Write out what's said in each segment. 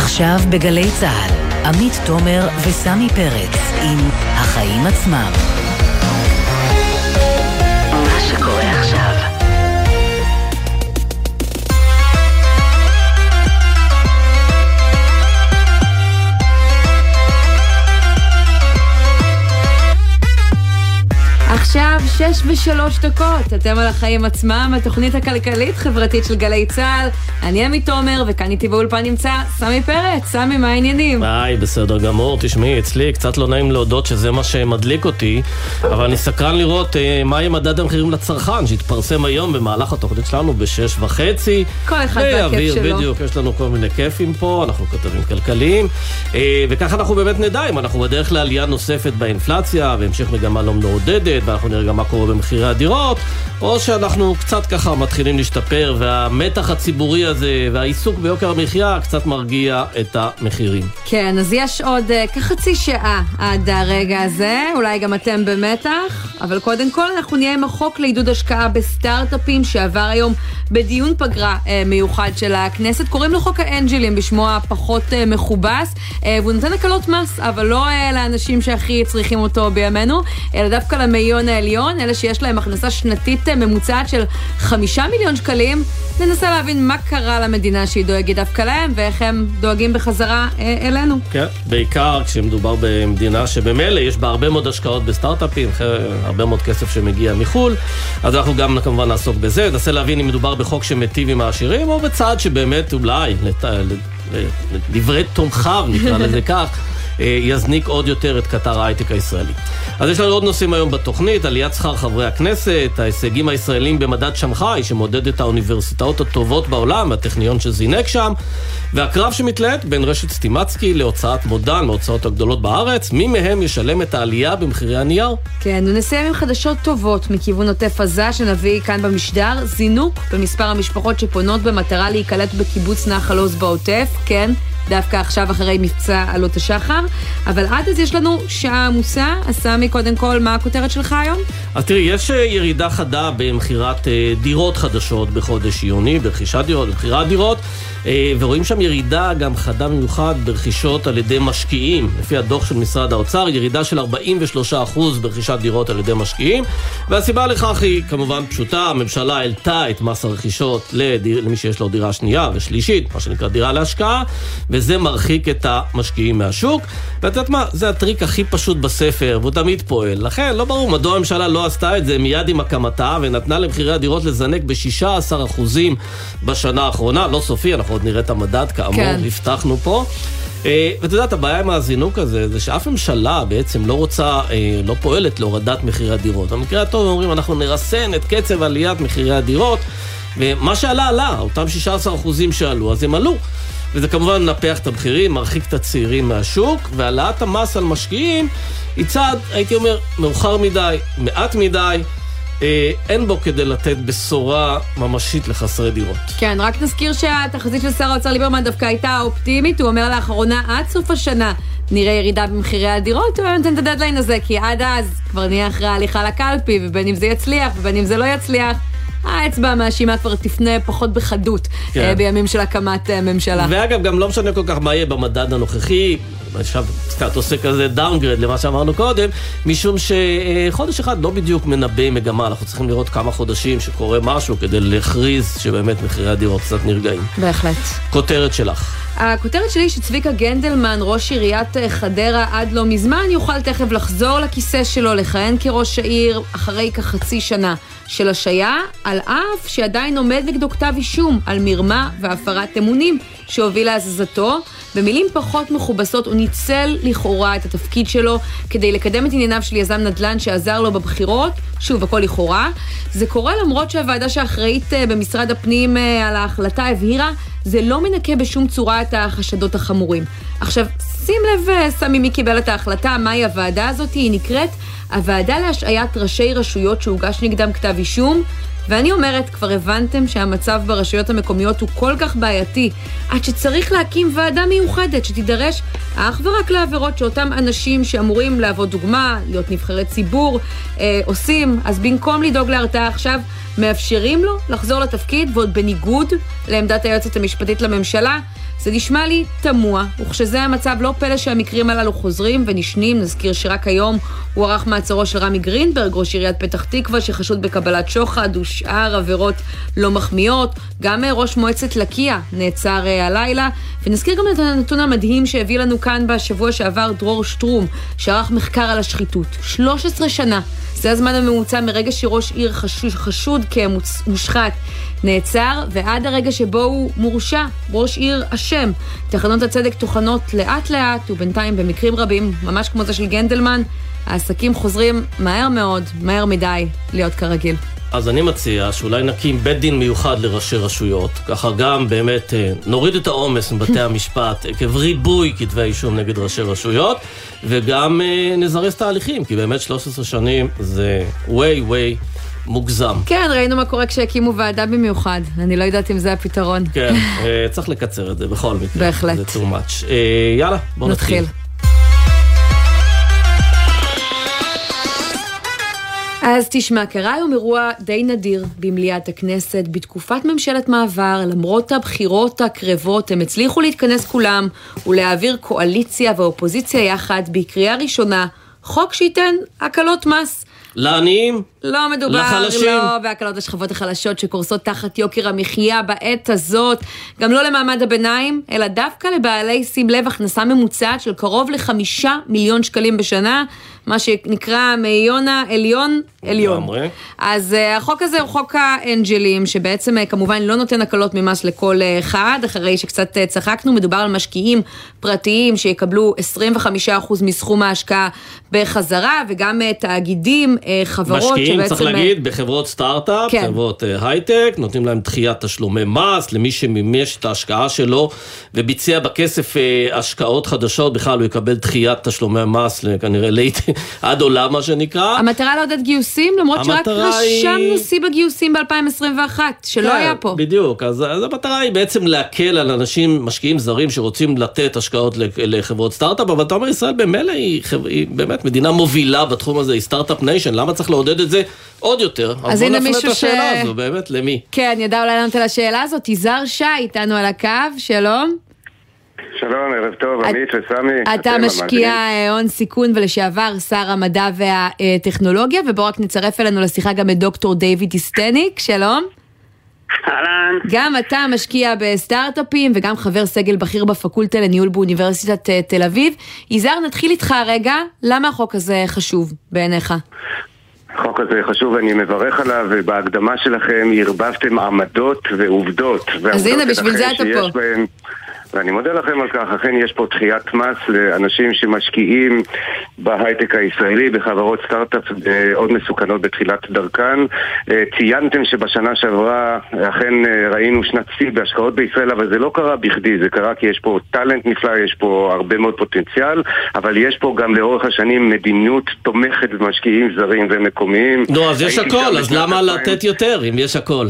עכשיו בגלי צהל, עמית תומר וסמי פרץ עם החיים עצמם. מה שקורה עכשיו. עכשיו 6:03, אתם על החיים עצמם, התוכנית הכלכלית חברתית של גלי צהל. אני עמית תומר, וכאן איתי באולפן נמצא סמי פרץ. סמי, מה העניינים? היי, בסדר גמור. תשמעי, אצלי קצת לא נעים להודות שזה מה שמדליק אותי, אבל אני סקרן לראות מה יהיה מדד המחירים לצרכן שהתפרסם היום במהלך התוכנית שלנו ב6:30. כל אחד והכיף שלו. בדיוק, יש לנו כל מיני כיפים פה, אנחנו כתבים כלכליים, וככה אנחנו באמת נדע אם אנחנו בדרך לעלייה נוספת באינפלציה והמשך מגמה לא מעודדת, ואנחנו נראה גם מה קורה במחירי הדירות, או שאנחנו קצת ככה מתחילים להשתפר, והמתח הציבורי הזה והעיסוק ביוקר המחיה קצת מרגיע את המחירים. כן, אז יש עוד כחצי שעה עד הרגע הזה, אולי גם אתם במתח, אבל קודם כל אנחנו נהיה עם החוק לעידוד השקעה בסטארט-אפים שעבר היום בדיון פגרה מיוחד של הכנסת. קוראים לו חוק האנג'לים בשמו הפחות מכובס, והוא נותן הקלות מס, אבל לא לאנשים שהכי צריכים אותו בימינו, אלא דווקא למאיון העליון, אלה שיש להם הכנסה שנתית ממוצעת של 5 מיליון שקלים. ננסה להבין מה קרה למדינה שהיא דואגת דווקא להם, ואיך הם דואגים בחזרה אלינו. כן, בעיקר כשמדובר במדינה שבמילא יש בה הרבה מאוד השקעות בסטארט-אפים, הרבה מאוד כסף שמגיע מחול, אז אנחנו גם כמובן נעסוק בזה, ננסה להבין אם מדובר בחוק שמטיב עם העשירים, או בצד שבאמת אולי, לדברי תומכיו נקרא לזה כך, יזניק עוד יותר את קטר ההייטק הישראלי. אז יש לנו עוד נושאים היום בתוכנית, עליית שכר חברי הכנסת, ההישגים הישראלים במדד שנגחאי שמודד את האוניברסיטאות הטובות בעולם, הטכניון שזינק שם, והקרב שמתלהט בין רשת סטימצקי להוצאת מודן, מההוצאות הגדולות בארץ, מי מהם ישלם את העלייה במחירי הנייר? כן, ונסיים עם חדשות טובות מכיוון עוטף עזה שנביא כאן במשדר, זינוק במספר המשפחות שפונות במטרה להיקלט בקיבוץ נחל עוז בעוטף, כן, דווקא עכשיו אחרי מבצע עלות השחר, אבל עד אז יש לנו שעה עמוסה. סמי, קודם כל, מה הכותרת שלך היום? אז תראי, יש ירידה חדה במחירת דירות חדשות בחודש יוני, ברכישת דירות, במחירת דירות, ורואים שם ירידה גם חדה במיוחד ברכישות על ידי משקיעים. לפי הדוח של משרד האוצר, ירידה של 43% ברכישת דירות על ידי משקיעים, והסיבה לכך היא כמובן פשוטה, הממשלה העלתה את מס הרכישות למי שיש לו דירה שנייה ושלישית, מה שנקרא דירה להשקעה, וזה מרחיק את המשקיעים מהשוק. ואת יודעת מה? זה הטריק הכי פשוט בספר, והוא תמיד פועל. לכן לא ברור מדוע הממשלה לא עשתה את זה מיד עם הקמתה, ונתנה למחירי הדירות לזנק ב16% בשנה האחרונה. לא סופי, אנחנו עוד נראה את המדד כאמור, כן. הבטחנו פה. ואתה יודעת, הבעיה עם הזינוק הזה, זה שאף ממשלה בעצם לא רוצה, לא פועלת להורדת מחירי הדירות. במקרה הטוב אומרים, אנחנו נרסן את קצב עליית מחירי הדירות, ומה שעלה עלה, אותם 16% שעלו, אז הם עלו. וזה כמובן נפח את המחירים, מרחיק את הצעירים מהשוק, והעלאת המס על משקיעים היא צעד, הייתי אומר, מאוחר מדי, מעט מדי, אין בו כדי לתת בשורה ממשית לחסרי דירות. כן, רק נזכיר שהתחזית של שר האוצר ליברמן דווקא הייתה אופטימית, הוא אומר לאחרונה עד סוף השנה נראה ירידה במחירי הדירות, הוא נותן את הדדליין הזה, כי עד אז כבר נהיה אחרי ההליכה לקלפי, ובין אם זה יצליח ובין אם זה לא יצליח, האצבע המאשימה כבר תפנה פחות בחדות, כן. בימים של הקמת ממשלה. ואגב, גם לא משנה כל כך מה יהיה במדד הנוכחי, עכשיו קצת עושה כזה דאונגרד למה שאמרנו קודם, משום שחודש אחד לא בדיוק מנבא מגמה, אנחנו צריכים לראות כמה חודשים שקורה משהו כדי להכריז שבאמת מחירי הדירות קצת נרגעים. בהחלט. כותרת שלך. הכותרת שלי שצביקה גנדלמן, ראש עיריית חדרה עד לא מזמן, יוכל תכף לחזור לכיסא שלו, לכהן כראש העיר אחרי כחצי שנה של השעיה, על אף שעדיין עומד נגדו כתב אישום על מרמה והפרת אמונים שהוביל להזזתו. במילים פחות מכובסות, הוא ניצל לכאורה את התפקיד שלו כדי לקדם את ענייניו של יזם נדל"ן שעזר לו בבחירות. שוב, הכל לכאורה. זה קורה למרות שהוועדה שאחראית במשרד הפנים על ההחלטה הבהירה, זה לא מנקה בשום צורה את החשדות החמורים. עכשיו, שים לב, סמי, מי קיבל את ההחלטה, מהי הוועדה הזאת? היא נקראת הוועדה להשעיית ראשי רשויות שהוגש נגדם כתב אישום, ואני אומרת, כבר הבנתם שהמצב ברשויות המקומיות הוא כל כך בעייתי, עד שצריך להקים ועדה מיוחדת שתידרש אך ורק לעבירות שאותם אנשים שאמורים לעבוד דוגמה, להיות נבחרי ציבור, עושים. אז במקום לדאוג להרתעה עכשיו, מאפשרים לו לחזור לתפקיד, ועוד בניגוד לעמדת היועצת המשפטית לממשלה. זה נשמע לי תמוה, וכשזה המצב לא פלא שהמקרים הללו חוזרים ונשנים. נזכיר שרק היום הוא ערך מעצרו של רמי גרינברג, ראש עיריית פתח תקווה, שחשוד בקבלת שוחד ושאר עבירות לא מחמיאות. גם ראש מועצת לקיה נעצר הלילה. ונזכיר גם את הנתון המדהים שהביא לנו כאן בשבוע שעבר דרור שטרום, שערך מחקר על השחיתות. 13 שנה. זה הזמן הממוצע מרגע שראש עיר חשוד כמושחת נעצר, ועד הרגע שבו הוא מורשע, ראש עיר אשם. תחנות הצדק תוכנות לאט לאט, ובינתיים במקרים רבים, ממש כמו זה של גנדלמן, העסקים חוזרים מהר מאוד, מהר מדי, להיות כרגיל. אז אני מציע שאולי נקים בית דין מיוחד לראשי רשויות, ככה גם באמת נוריד את העומס מבתי המשפט, כבריבוי כתבי אישום נגד ראשי רשויות, וגם נזרז תהליכים, כי באמת 13 שנים זה way מוגזם. כן, ראינו מה קורה כשהקימו ועדה במיוחד. אני לא יודעת אם זה הפתרון. כן, צריך לקצר את זה בכל מקרה. בהחלט. זה too much. יאללה, בוא נתחיל. אז תשמע, קרה היום אירוע די נדיר במליאת הכנסת בתקופת ממשלת מעבר. למרות הבחירות הקרבות הם הצליחו להתכנס כולם ולהעביר קואליציה ואופוזיציה יחד בקריאה ראשונה חוק שייתן הקלות מס לעניים, לא מדובר, לחלשים. לא, והקלות לשכבות החלשות שקורסות תחת יוקר המחיה בעת הזאת, גם לא למעמד הביניים, אלא דווקא לבעלי, שים לב, הכנסה ממוצעת של קרוב ל5 מיליון שקלים בשנה, מה שנקרא מאיונה עליון. אז החוק הזה הוא חוק האנג'לים, שבעצם כמובן לא נותן הקלות ממס לכל אחד, אחרי שקצת צחקנו, מדובר על משקיעים פרטיים שיקבלו 25% מסכום ההשקעה בחזרה, וגם תאגידים, חברות משקיעים, שבעצם... צריך להגיד, בחברות סטארט-אפ, כן. חברות הייטק, נותנים להם דחיית תשלומי מס, למי שמימש את ההשקעה שלו, וביצע בכסף השקעות חדשות, בכלל הוא יקבל דחיית תשלומי מס, כנראה עד עולם מה שנקרא. המטרה לעודד גיוסים, למרות שרק רשמנו שיא בגיוסים ב-2021, שלא היה פה. בדיוק, אז המטרה היא בעצם להקל על אנשים, משקיעים זרים שרוצים לתת השקעות לחברות סטארט-אפ, אבל אתה אומר, ישראל במילא היא באמת מדינה מובילה בתחום הזה, היא סטארט-אפ ניישן, למה צריך לעודד את זה עוד יותר? אז בוא נפנה את השאלה הזו, באמת, למי? כן, ידע אולי לענות על השאלה הזאת, יזהר שי איתנו על הקו, שלום. שלום, ערב טוב, עמית וסמי. אתה משקיע הון סיכון ולשעבר שר המדע והטכנולוגיה, ובוא רק נצרף אלינו לשיחה גם את דוקטור דיוויד היסטניק, שלום. אהלן. גם אתה משקיע בסטארט-אפים וגם חבר סגל בכיר בפקולטה לניהול באוניברסיטת תל אביב. יזהר, נתחיל איתך רגע, למה החוק הזה חשוב בעיניך? החוק הזה חשוב, אני מברך עליו, ובהקדמה שלכם הרבבתם עמדות ועובדות. אז הנה, בשביל זה אתה פה. ואני מודה לכם על כך, אכן יש פה דחיית מס לאנשים שמשקיעים בהייטק הישראלי, בחברות סטארט-אפ עוד מסוכנות בתחילת דרכן. ציינתם שבשנה שעברה אכן ראינו שנת שיא בהשקעות בישראל, אבל זה לא קרה בכדי, זה קרה כי יש פה טלנט נפלא, יש פה הרבה מאוד פוטנציאל, אבל יש פה גם לאורך השנים מדיניות תומכת במשקיעים זרים ומקומיים. נו, אז יש הכל, אז למה לתת יותר אם יש הכל?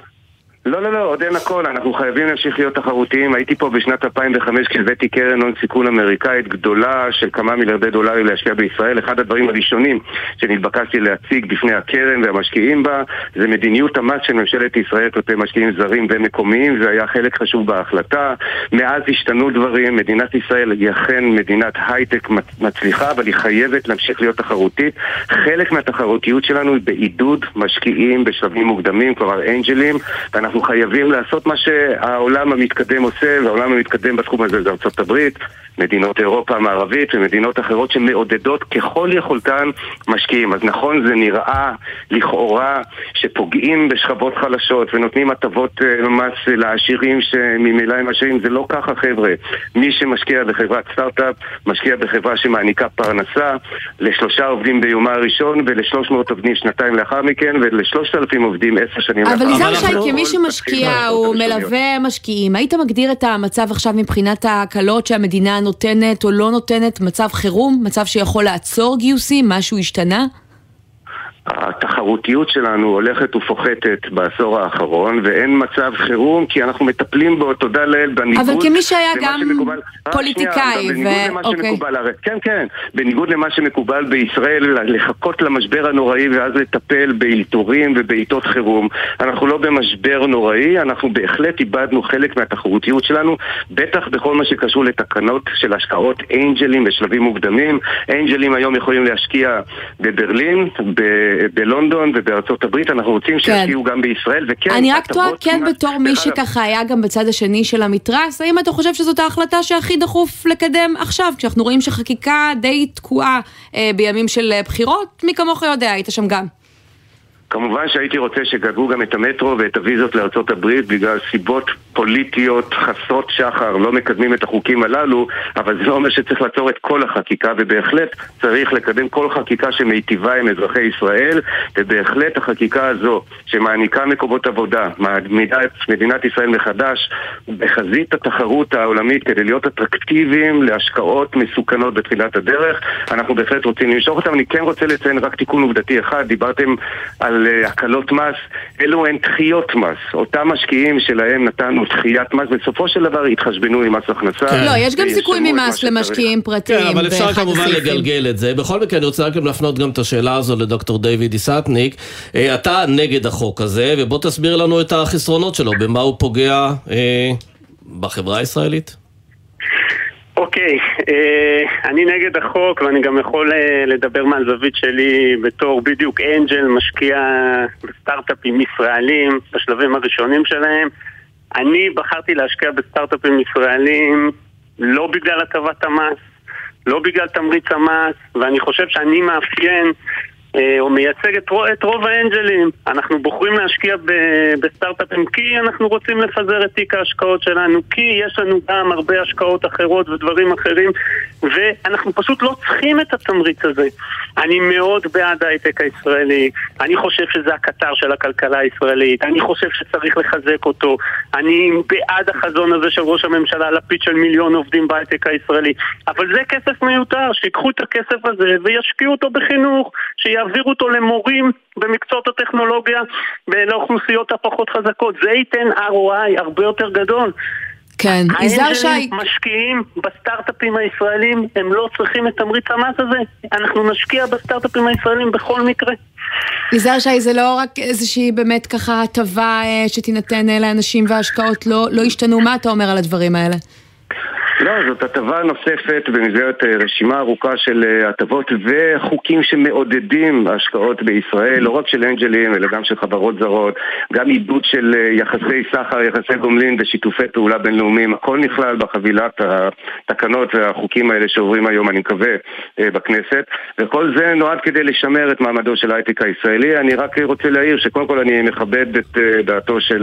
לא, עוד אין הכל, אנחנו חייבים להמשיך להיות תחרותיים. הייתי פה בשנת 2005 כשהבאתי קרן הון סיכון אמריקאית גדולה של כמה מיליארדי דולרים להשקיע בישראל. אחד הדברים הראשונים שנתבקשתי להציג בפני הקרן והמשקיעים בה זה מדיניות המס של ממשלת ישראל כלפי משקיעים זרים ומקומיים. זה היה חלק חשוב בהחלטה. מאז השתנו דברים, מדינת ישראל היא אכן מדינת הייטק מצליחה, אבל היא חייבת להמשיך להיות תחרותית. חלק מהתחרותיות שלנו היא בעידוד משקיעים בשלבים מוקדמים, כלומר אנג'לים, ואנחנו חייבים לעשות מה שהעולם המתקדם עושה, והעולם המתקדם בתחום הזה זה ארצות הברית, מדינות אירופה המערבית ומדינות אחרות שמעודדות ככל יכולתן משקיעים. אז נכון, זה נראה לכאורה שפוגעים בשכבות חלשות ונותנים הטבות מס לעשירים שממילא הם עשירים. זה לא ככה, חבר'ה. מי שמשקיע בחברת סטארט-אפ משקיע בחברה שמעניקה פרנסה ל3 עובדים ביומה הראשון ול300 עובדים שנתיים לאחר מכן ול3,000 עובדים 10 שנים לאחר. אבל יזהר שי, כמי שמשקיע הוא מלווה משקיעים, היית מגדיר את המצב עכשיו מבחינת ההקלות שהמדינה נותנת או לא נותנת, מצב חירום, מצב שיכול לעצור גיוסים, משהו השתנה? התחרותיות שלנו הולכת ופוחתת בעשור האחרון, ואין מצב חירום, כי אנחנו מטפלים בו, תודה לאל, בניגוד... אבל כמי שהיה גם פוליטיקאי, כן, בניגוד למה שמקובל בישראל, לחכות למשבר הנוראי ואז לטפל באלתורים ובעיתות חירום. אנחנו לא במשבר נוראי, אנחנו בהחלט איבדנו חלק מהתחרותיות שלנו, בטח בכל מה שקשור לתקנות של השקעות אנג'לים בשלבים מוקדמים. אנג'לים היום יכולים להשקיע בברלין, בלונדון ובארצות הברית, אנחנו רוצים שישקיעו גם בישראל, וכן... אני רק טועה, כן, בתור מי שככה היה גם בצד השני של המתרס, האם אתה חושב שזאת ההחלטה שהכי דחוף לקדם עכשיו, כשאנחנו רואים שחקיקה די תקועה בימים של בחירות? מי כמוך יודע, היית שם גם. כמובן שהייתי רוצה שגגו גם את המטרו ואת הוויזות לארצות הברית, בגלל סיבות פוליטיות חסרות שחר לא מקדמים את החוקים הללו, אבל זה לא אומר שצריך לעצור את כל החקיקה, ובהחלט צריך לקדם כל חקיקה שמיטיבה עם אזרחי ישראל, ובהחלט החקיקה הזו שמעניקה מקומות עבודה, מעמידה את מדינת ישראל מחדש בחזית התחרות העולמית כדי להיות אטרקטיביים להשקעות מסוכנות בתחילת הדרך. אנחנו בהחלט רוצים למשוך אותם. אני כן רוצה לציין רק תיקון עובדתי אחד, דיברתם על הקלות מס, אלו הן דחיות מס. אותם משקיעים שלהם נתנו דחיית מס, בסופו של דבר התחשבנו עם מס הכנסה. לא, יש גם סיכוי ממס למשקיעים פרטיים. כן, אבל אפשר כמובן לגלגל את זה. בכל מקרה, אני רוצה רק להפנות גם את השאלה הזו לדוקטור דיוויד איסטניק. אתה נגד החוק הזה, ובוא תסביר לנו את החסרונות שלו, במה הוא פוגע בחברה הישראלית. אוקיי, אני נגד החוק, ואני גם יכול לדבר מהזווית שלי בתור בדיוק אנג'ל, משקיע בסטארט-אפים ישראלים בשלבים הראשונים שלהם. אני בחרתי להשקיע בסטארט-אפים ישראלים לא בגלל הטבת המס, לא בגלל תמריץ המס, ואני חושב שאני מאפיין או מייצג את רוב האנג'לים. אנחנו בוחרים להשקיע בסטארט-אפים כי אנחנו רוצים לפזר את תיק ההשקעות שלנו, כי יש לנו גם הרבה השקעות אחרות ודברים אחרים, ואנחנו פשוט לא צריכים את התמריץ הזה. אני מאוד בעד ההייטק הישראלי, אני חושב שזה הקטר של הכלכלה הישראלית, אני חושב שצריך לחזק אותו, אני בעד החזון הזה של ראש הממשלה לפיד של 1,000,000 עובדים בהייטק הישראלי, אבל זה כסף מיותר, שיקחו את הכסף הזה וישקיעו אותו בחינוך, שיעבירו אותו למורים במקצועות הטכנולוגיה לאוכלוסיות הפחות חזקות. זה ייתן ROI הרבה יותר גדול. כן, יזהר שי. משקיעים בסטארט-אפים הישראלים, הם לא צריכים את תמריץ המס הזה. אנחנו נשקיע בסטארט-אפים הישראלים בכל מקרה. יזהר שי, זה לא רק איזושהי באמת ככה הטבה שתינתן לאנשים וההשקעות לא השתנו. מה אתה אומר על הדברים האלה? לא, זאת הטבה נוספת במסגרת רשימה ארוכה של הטבות וחוקים שמעודדים השקעות בישראל, לא רק של אנג'לים, אלא גם של חברות זרות, גם עידוד של יחסי סחר, יחסי גומלין ושיתופי פעולה בינלאומיים. הכל נכלל בחבילת התקנות והחוקים האלה שעוברים היום, אני מקווה, בכנסת, וכל זה נועד כדי לשמר את מעמדו של ההייטק הישראלי. אני רק רוצה להעיר שקודם כל אני מכבד את דעתו של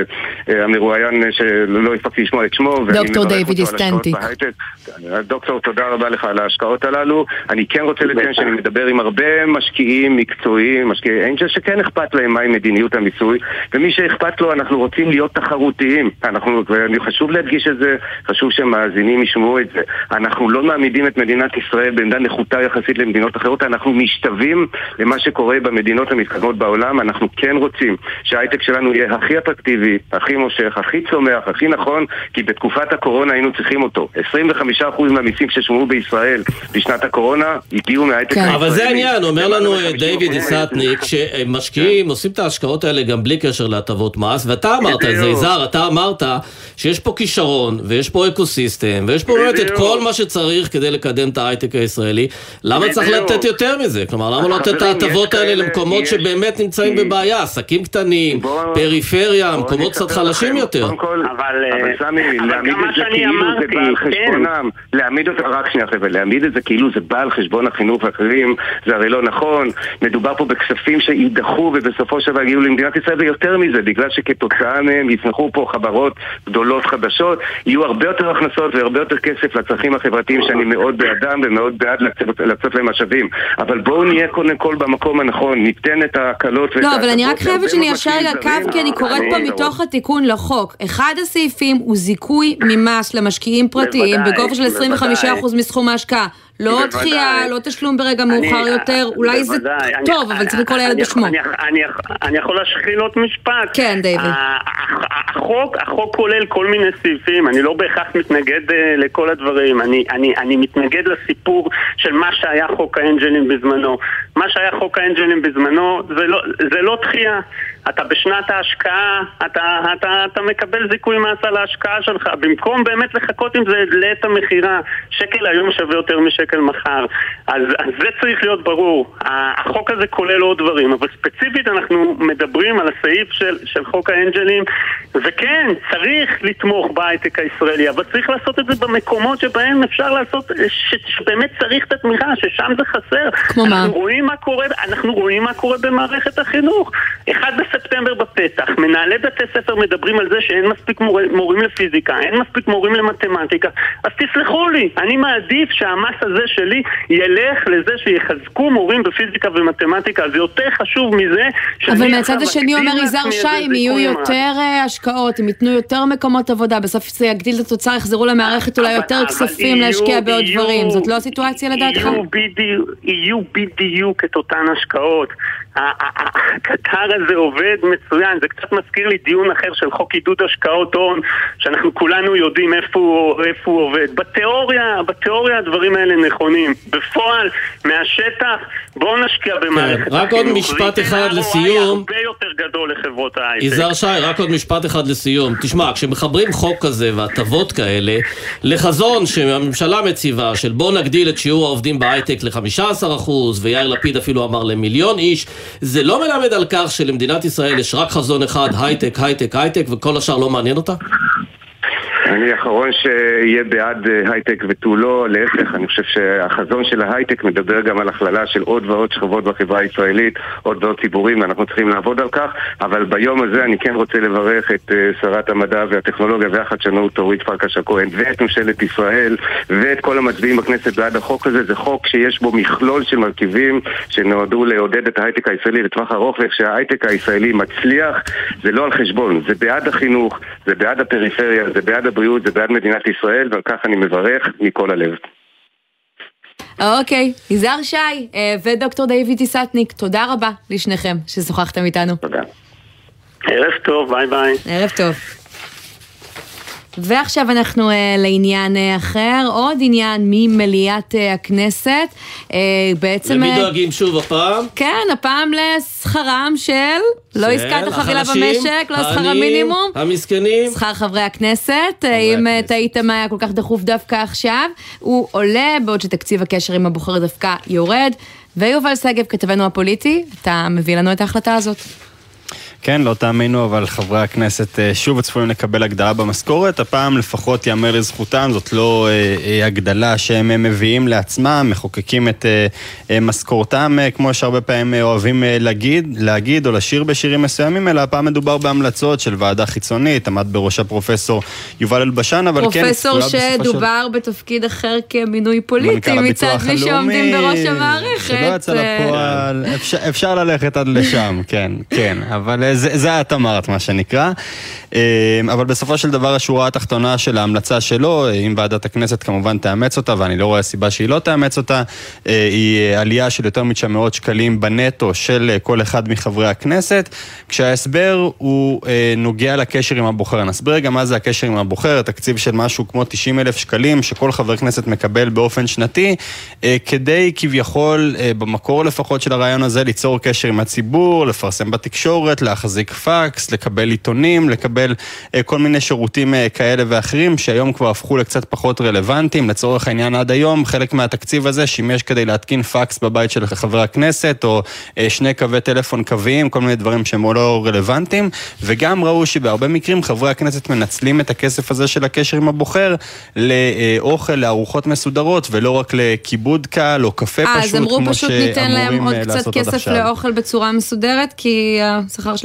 המרואיין שלא הפקתי לשמוע את שמו, דוקטור דיוויד איסטניק. דוקטור, תודה רבה לך על ההשקעות הללו. אני כן רוצה לציין שאני מדבר עם הרבה משקיעים מקצועיים, משקיעי אנג'ל שכן אכפת להם מהי מדיניות המיסוי, ומי שאכפת לו, אנחנו רוצים להיות תחרותיים. ואני חשוב להדגיש את זה, חשוב שמאזינים ישמעו את זה. אנחנו לא מעמידים את מדינת ישראל בעמדה נחותה יחסית למדינות אחרות, אנחנו משתווים למה שקורה במדינות המתקדמות בעולם. אנחנו כן רוצים שההייטק שלנו יהיה הכי אטרקטיבי, הכי מושך, הכי צומח, הכי נכון, כי בתקופת הקורונה היינו צריכים אותו. 25% מהמיסים ששומעו בישראל בשנת הקורונה הגיעו מההייטק הישראלי. אבל זה העניין, אומר לנו דיוויד איסטניק, שמשקיעים עושים את ההשקעות האלה גם בלי קשר להטבות מס, ואתה אמרת את זה, יזהר, אתה אמרת שיש פה כישרון, ויש פה אקוסיסטם, ויש פה באמת את כל מה שצריך כדי לקדם את ההייטק הישראלי. למה צריך לתת יותר מזה? כלומר, למה לא לתת את ההטבות האלה למקומות שבאמת נמצאים בבעיה? עסקים קטנים, פריפריה, מקומות קצת חלשים יותר. אבל סמי, להעמיד את זה כאילו זה בא על חשבונם, להעמיד את זה כאילו זה בא על חשבון החינוך ואחרים, זה הרי לא נכון. מדובר פה בכספים שידחו ובסופו של דבר הגיעו למדינת ישראל, ויותר מזה, בגלל שכתוצאה מהם יצמחו פה חברות גדולות חדשות, יהיו הרבה יותר הכנסות והרבה יותר כסף לצרכים החברתיים שאני מאוד בעדם ומאוד בעד להקצות להם משאבים. אבל בואו נהיה קודם כל במקום הנכון, ניתן את ההקלות. לא, אבל אני רק חייבת שאני אשר הקו, כי אני קוראת פה מתוך התיקון לחוק. אחד הסעיפים הוא זיכוי ממס למשקיעים פרטיים בגובה של 25% מסכום ההשקעה. לא דחייה, לא תשלום ברגע מאוחר יותר, אולי זה טוב, אבל צריך לקרוא לילד בשמו. אני יכול להשחיל עוד משפט. כן, דיוויד. החוק כולל כל מיני סעיפים, אני לא בהכרח מתנגד לכל הדברים, אני מתנגד לסיפור של מה שהיה חוק האנג'לים בזמנו. מה שהיה חוק האנג'לים בזמנו זה לא דחייה. אתה בשנת ההשקעה, אתה מקבל זיכוי מס על ההשקעה שלך, במקום באמת לחכות עם זה לעת המחירה. שקל היום שווה יותר משקל מחר. אז זה צריך להיות ברור. החוק הזה כולל עוד דברים, אבל ספציפית אנחנו מדברים על הסעיף של חוק האנג'לים, וכן, צריך לתמוך בהייטק הישראלי, אבל צריך לעשות את זה במקומות שבהם אפשר לעשות, שבאמת צריך את התמיכה, ששם זה חסר. כמו מה? אנחנו רואים מה קורה במערכת החינוך. 1 בספטמבר בפתח, מנהלי בתי ספר מדברים על זה שאין מספיק מורים לפיזיקה, אין מספיק מורים למתמטיקה. אז תסלחו לי, אני מעדיף שהמס הזה שלי ילך לזה שיחזקו מורים בפיזיקה ומתמטיקה. זה יותר חשוב מזה. אבל מהצד השני אומר יזהר שי, אם יהיו יותר השקעות, אם ייתנו יותר מקומות עבודה, בסוף זה יגדיל את התוצאה, יחזרו למערכת אולי יותר כספים להשקיע בעוד דברים. זאת לא הסיטואציה לדעתך? יהיו בדיוק את אותן השקעות. הקטר הזה עובד מצוין, זה קצת מזכיר לי דיון אחר של חוק עידוד השקעות הון, שאנחנו כולנו יודעים איפה הוא עובד. בתיאוריה הדברים האלה נכונים. בפועל, מהשטח, בואו נשקיע במערכת. רק עוד משפט אחד לסיום. הרבה יותר גדול לחברות ההייטק. יזהר שי, רק עוד משפט אחד לסיום. תשמע, כשמחברים חוק כזה והטבות כאלה, לחזון שהממשלה מציבה, של בואו נגדיל את שיעור העובדים בהייטק ל-15%, ויאיר לפיד אפילו אמר ל1,000,000 איש, זה לא מלמד על כך שלמדינת ישראל יש רק חזון אחד, הייטק, הייטק, הייטק, וכל השאר לא מעניין אותה? אני האחרון שיהיה בעד הייטק ותו לא, להפך, אני חושב שהחזון של ההייטק מדבר גם על הכללה של עוד ועוד שכבות בחברה הישראלית, עוד ועוד ציבורים, ואנחנו צריכים לעבוד על כך, אבל ביום הזה אני כן רוצה לברך את שרת המדע והטכנולוגיה והחדשנות אורית פרקש הכהן ואת ממשלת ישראל ואת כל המצביעים בכנסת בעד החוק הזה. זה חוק שיש בו מכלול של מרכיבים שנועדו לעודד את ההייטק הישראלי לטווח ארוך, וכשההייטק הישראלי מצליח זה לא על חשבון, זה בעד החינוך, זה בעד הפריפריה, זה בעד הבריאות, זה בעד מדינת ישראל, ועל כך אני מברך מכל הלב. אוקיי, יזהר שי ודוקטור דיוויד טיסטניק, תודה רבה לשניכם ששוחחתם איתנו. תודה. ערב טוב, ביי ביי. ערב טוב. ועכשיו אנחנו לעניין אחר, עוד עניין ממליאת הכנסת. בעצם למי דואגים שוב הפעם? כן, הפעם לשכרם של לא עסקת החבילה במשק, לא שכר המינימום, המסכנים, שכר חברי הכנסת. אם תהיתם מה היה כל כך דחוף דווקא עכשיו, הוא עולה בעוד שתקציב הקשר עם הבוחר דווקא יורד. ויובל סגב, כתבנו הפוליטי, אתה מביא לנו את ההחלטה הזאת. כן, לא תאמינו, אבל חברי הכנסת שוב צפויים לקבל הגדלה במשכורת. הפעם לפחות יאמר לזכותם, זאת לא הגדלה שהם מביאים לעצמם, מחוקקים את משכורתם, כמו שהרבה פעמים אוהבים להגיד או לשיר בשירים מסוימים, אלא הפעם מדובר בהמלצות של ועדה חיצונית, עמד בראשה פרופסור יובל אלבשן, אבל כן... פרופסור שדובר בתפקיד אחר כמינוי פוליטי, מצד מי שעומדים בראש המערכת. שלא יצא לפועל, אפשר ללכת עד לשם, כן, כן, אבל זה את אמרת מה שנקרא, אבל בסופו של דבר השורה התחתונה של ההמלצה שלו, אם ועדת הכנסת כמובן תאמץ אותה, ואני לא רואה סיבה שהיא לא תאמץ אותה, היא עלייה של יותר מ-900 שקלים בנטו של כל אחד מחברי הכנסת, כשההסבר הוא נוגע לקשר עם הבוחר. נסביר גם מה זה הקשר עם הבוחר, תקציב של משהו כמו 90,000 שקלים, שכל חבר כנסת מקבל באופן שנתי, כדי כביכול, במקור לפחות של הרעיון הזה, ליצור קשר עם הציבור, לפרסם בתקשורת, להחזיק פקס, לקבל עיתונים, לקבל כל מיני שירותים כאלה ואחרים, שהיום כבר הפכו לקצת פחות רלוונטיים. לצורך העניין עד היום, חלק מהתקציב הזה שימש כדי להתקין פקס בבית של חברי הכנסת, או 2 קווי טלפון קוויים, כל מיני דברים שהם לא רלוונטיים, וגם ראו שבהרבה מקרים חברי הכנסת מנצלים את הכסף הזה של הקשר עם הבוחר, לאוכל, לארוחות מסודרות, ולא רק לכיבוד קל או קפה פשוט, אז אמרו פשוט ניתן להם עוד קצת כסף לאוכל בצורה מסודרת, כי השכר שלהם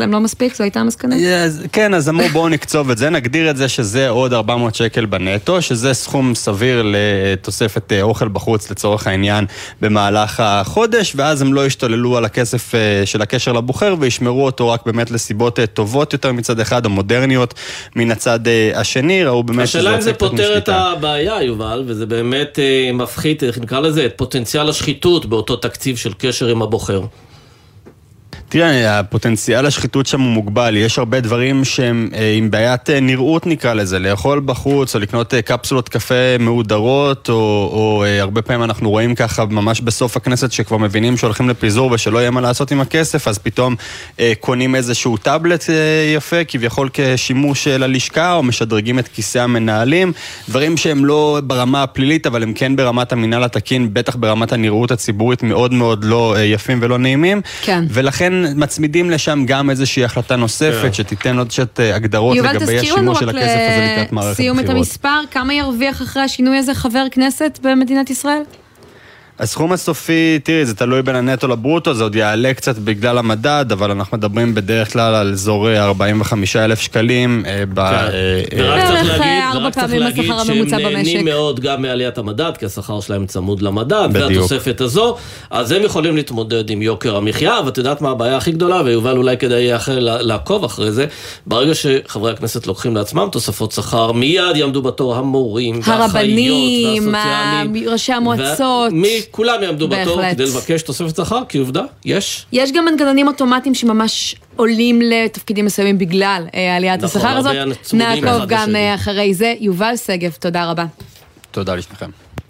שלהם לא מספיק? זו הייתה המסקנה? כן, אז אמרו בואו נקצוב את זה, נגדיר את זה שזה עוד 400 שקל בנטו, שזה סכום סביר לתוספת אוכל בחוץ לצורך העניין במהלך החודש, ואז הם לא ישתוללו על הכסף של הקשר לבוחר, וישמרו אותו רק באמת לסיבות טובות יותר מצד אחד, או מודרניות מן הצד השני, ראו באמת... השאלה אם זה פותר את הבעיה, יובל, וזה באמת מפחית, איך נקרא לזה, את פוטנציאל השחיתות באותו תקציב של קשר עם הבוחר. תראה, הפוטנציאל השחיתות שם הוא מוגבל, יש הרבה דברים שהם עם בעיית נראות נקרא לזה, לאכול בחוץ או לקנות קפסולות קפה מאודרות, או הרבה פעמים אנחנו רואים ככה ממש בסוף הכנסת שכבר מבינים שהולכים לפיזור ושלא יהיה מה לעשות עם הכסף, אז פתאום קונים איזשהו טאבלט יפה, כביכול כשימוש ללשכה, או משדרגים את כיסא המנהלים, דברים שהם לא ברמה הפלילית, אבל הם כן ברמת המינהל התקין, בטח ברמת הנראות הציבורית מאוד מאוד לא יפים ולא נעימים, כן. ולכן מצמידים לשם גם איזושהי החלטה נוספת שתיתן עוד שאת הגדרות לגבי השימוש של הכסף הזה לקראת מערכת בחירות. סיום את המספר, כמה ירוויח אחרי השינוי הזה חבר כנסת במדינת ישראל? הסכום הסופי, תראי, זה תלוי בין הנטו לברוטו, זה עוד יעלה קצת בגלל המדד, אבל אנחנו מדברים בדרך כלל על אזור 45,000 שקלים. ורק צריך להגיד שהם נהנים מאוד גם מעליית המדד, כי השכר שלהם צמוד למדד, והתוספת הזו, אז הם יכולים להתמודד עם יוקר המחיה, ואת יודעת מה הבעיה הכי גדולה, ויובל אולי כדאי לעקוב אחרי זה, ברגע שחברי הכנסת לוקחים לעצמם תוספות שכר, מיד יעמדו בתור המורים, הרבנים, ראשי המועצות. כולם יעמדו בתור כדי לבקש תוספת שכר, כי עובדה, יש. יש גם מנגנונים אוטומטיים שממש עולים לתפקידים מסוימים בגלל עליית השכר הזאת. נעקוב גם אחרי זה. יובל סגב, תודה רבה. תודה לשניכם.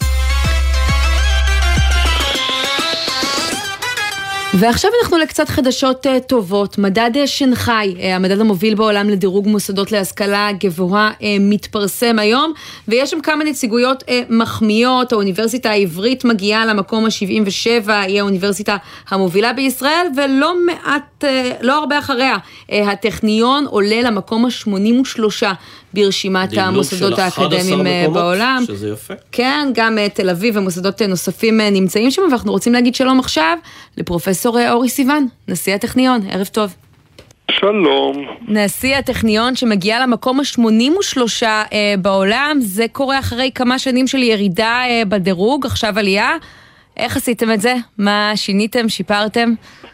ועכשיו אנחנו לקצת חדשות טובות. מדד שנגחאי, המדד המוביל בעולם לדירוג מוסדות להשכלה גבוהה, מתפרסם היום, ויש שם כמה נציגויות מחמיאות. האוניברסיטה העברית מגיעה למקום ה-77, היא האוניברסיטה המובילה בישראל, ולא מעט, לא הרבה אחריה. הטכניון עולה למקום ה-83 ברשימת המוסדות האקדמיים בעולם. שזה יפה. כן, גם תל אביב ומוסדות נוספים נמצאים שם, ואנחנו רוצים להגיד שלום עכשיו לפרופסור אורי סיוון, נשיא הטכניון. ערב טוב. שלום. נשיא הטכניון שמגיע למקום ה-83 בעולם, זה קורה אחרי כמה שנים של ירידה בדירוג, עכשיו עלייה. איך עשיתם את זה? מה שיניתם, שיפרתם?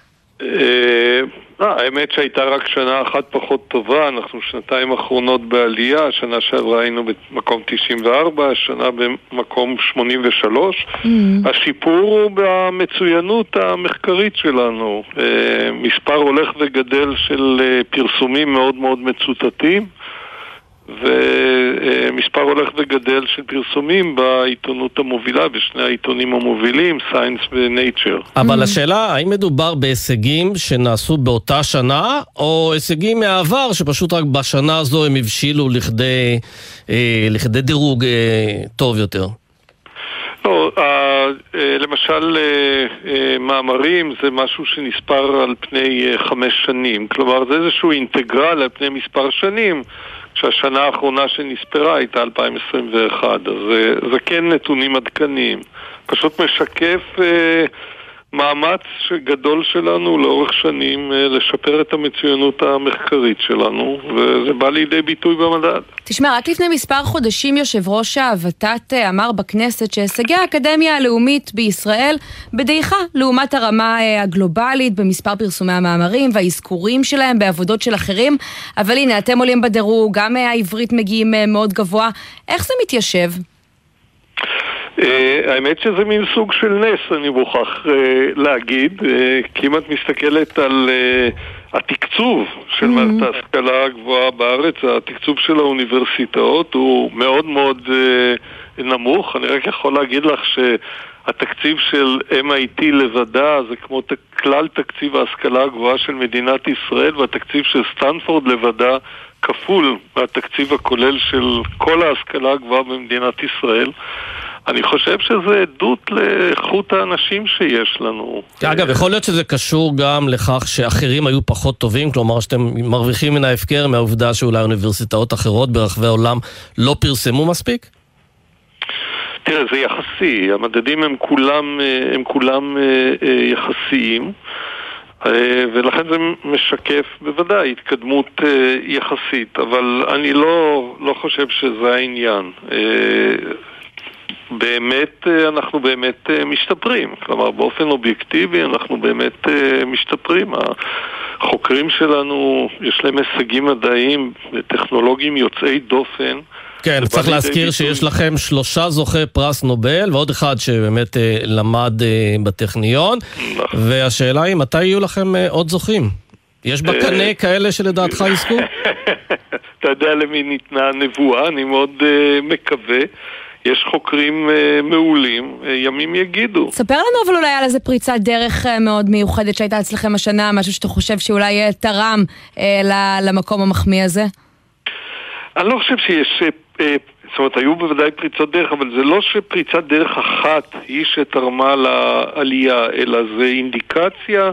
שהייתה רק שנה אחת פחות טובה, אנחנו שנתיים אחרונות בעלייה, שנה שעברה היינו במקום 94, השנה במקום 83. השיפור הוא במצוינות המחקרית שלנו, מספר הולך וגדל של פרסומים מאוד מאוד מצוטטים, ומספר הולך וגדל של פרסומים בעיתונות המובילה, בשני העיתונים המובילים, Science ו-Nature. אבל השאלה, האם מדובר בהישגים שנעשו באותה שנה, או הישגים מהעבר שפשוט רק בשנה הזו הם הבשילו לכדי דירוג טוב יותר? לא, למשל מאמרים זה משהו שנספר על פני 5 שנים, כלומר זה איזשהו אינטגרל על פני מספר שנים, שהשנה האחרונה שנספרה הייתה 2021, אז זה כן נתונים עדכניים. פשוט משקף מאמץ גדול שלנו לאורך שנים לשפר את המצוינות המחקרית שלנו, וזה בא לידי ביטוי במדד. תשמע, רק לפני מספר חודשים יושב ראש הוות"ת אמר בכנסת שהישגי האקדמיה הלאומית בישראל בדעיכה לעומת הרמה הגלובלית במספר פרסומי המאמרים והאזכורים שלהם בעבודות של אחרים, אבל הנה אתם עולים בדירוג, גם העברית מגיעים מאוד גבוה. איך זה מתיישב? האמת שזה מין סוג של נס, אני מוכרח להגיד, כי אם את מסתכלת על התקצוב של מערכת ההשכלה הגבוהה בארץ, התקצוב של האוניברסיטאות הוא מאוד מאוד נמוך. אני רק יכול להגיד לך שהתקציב של MIT לבדה זה כמו כלל תקציב ההשכלה הגבוהה של מדינת ישראל, והתקציב של סטנפורד לבדה כפול מהתקציב הכולל של כל ההשכלה הגבוהה במדינת ישראל. אני חושב שזה עדות לאיכות האנשים שיש לנו. אגב, יכול להיות שזה קשור גם לכך שאחרים היו פחות טובים, כלומר שאתם מרוויחים מן ההפקר מהעובדה שאולי אוניברסיטאות אחרות ברחבי העולם לא פרסמו מספיק? תראה, זה יחסי, המדדים הם כולם יחסיים. ולכן זה משקף בוודאי התקדמות יחסית, אבל אני לא חושב שזה העניין. באמת, אנחנו באמת משתפרים, כלומר באופן אובייקטיבי אנחנו באמת משתפרים. החוקרים שלנו יש להם הישגים מדעיים וטכנולוגיים יוצאי דופן. כן, צריך להזכיר שיש לכם 3 זוכי פרס נובל ועוד אחד שבאמת למד בטכניון, והשאלה היא מתי יהיו לכם עוד זוכים? יש בקנה כאלה שלדעתך יזכו? אתה יודע למי ניתנה הנבואה, אני מאוד מקווה. יש חוקרים מעולים, ימים יגידו. ספר לנו אבל אולי על איזה פריצת דרך מאוד מיוחדת שהייתה אצלכם השנה, משהו שאתה חושב שאולי תרם למקום המחמיא הזה? אני לא חושב שיש, זאת אומרת, היו בוודאי פריצות דרך, אבל זה לא שפריצת דרך אחת היא שתרמה לעלייה, אלא זה אינדיקציה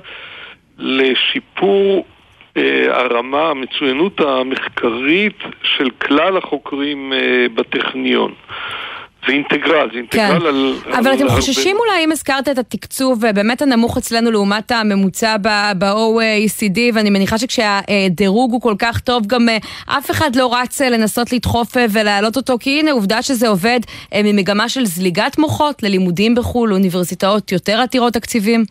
לשיפור הרמה, המצוינות המחקרית של כלל החוקרים בטכניון. זה אינטגרל, זה אינטגרל על... אבל אתם חוששים אולי, אם הזכרת את התקצוב באמת הנמוך אצלנו לעומת הממוצע ב-OECD, ואני מניחה שכשהדירוג הוא כל כך טוב, גם אף אחד לא רץ לנסות לדחוף ולהעלות אותו, כי הנה עובדה שזה עובד ממגמה של זליגת מוחות ללימודים בחו"ל, אוניברסיטאות יותר עתירות תקציבים.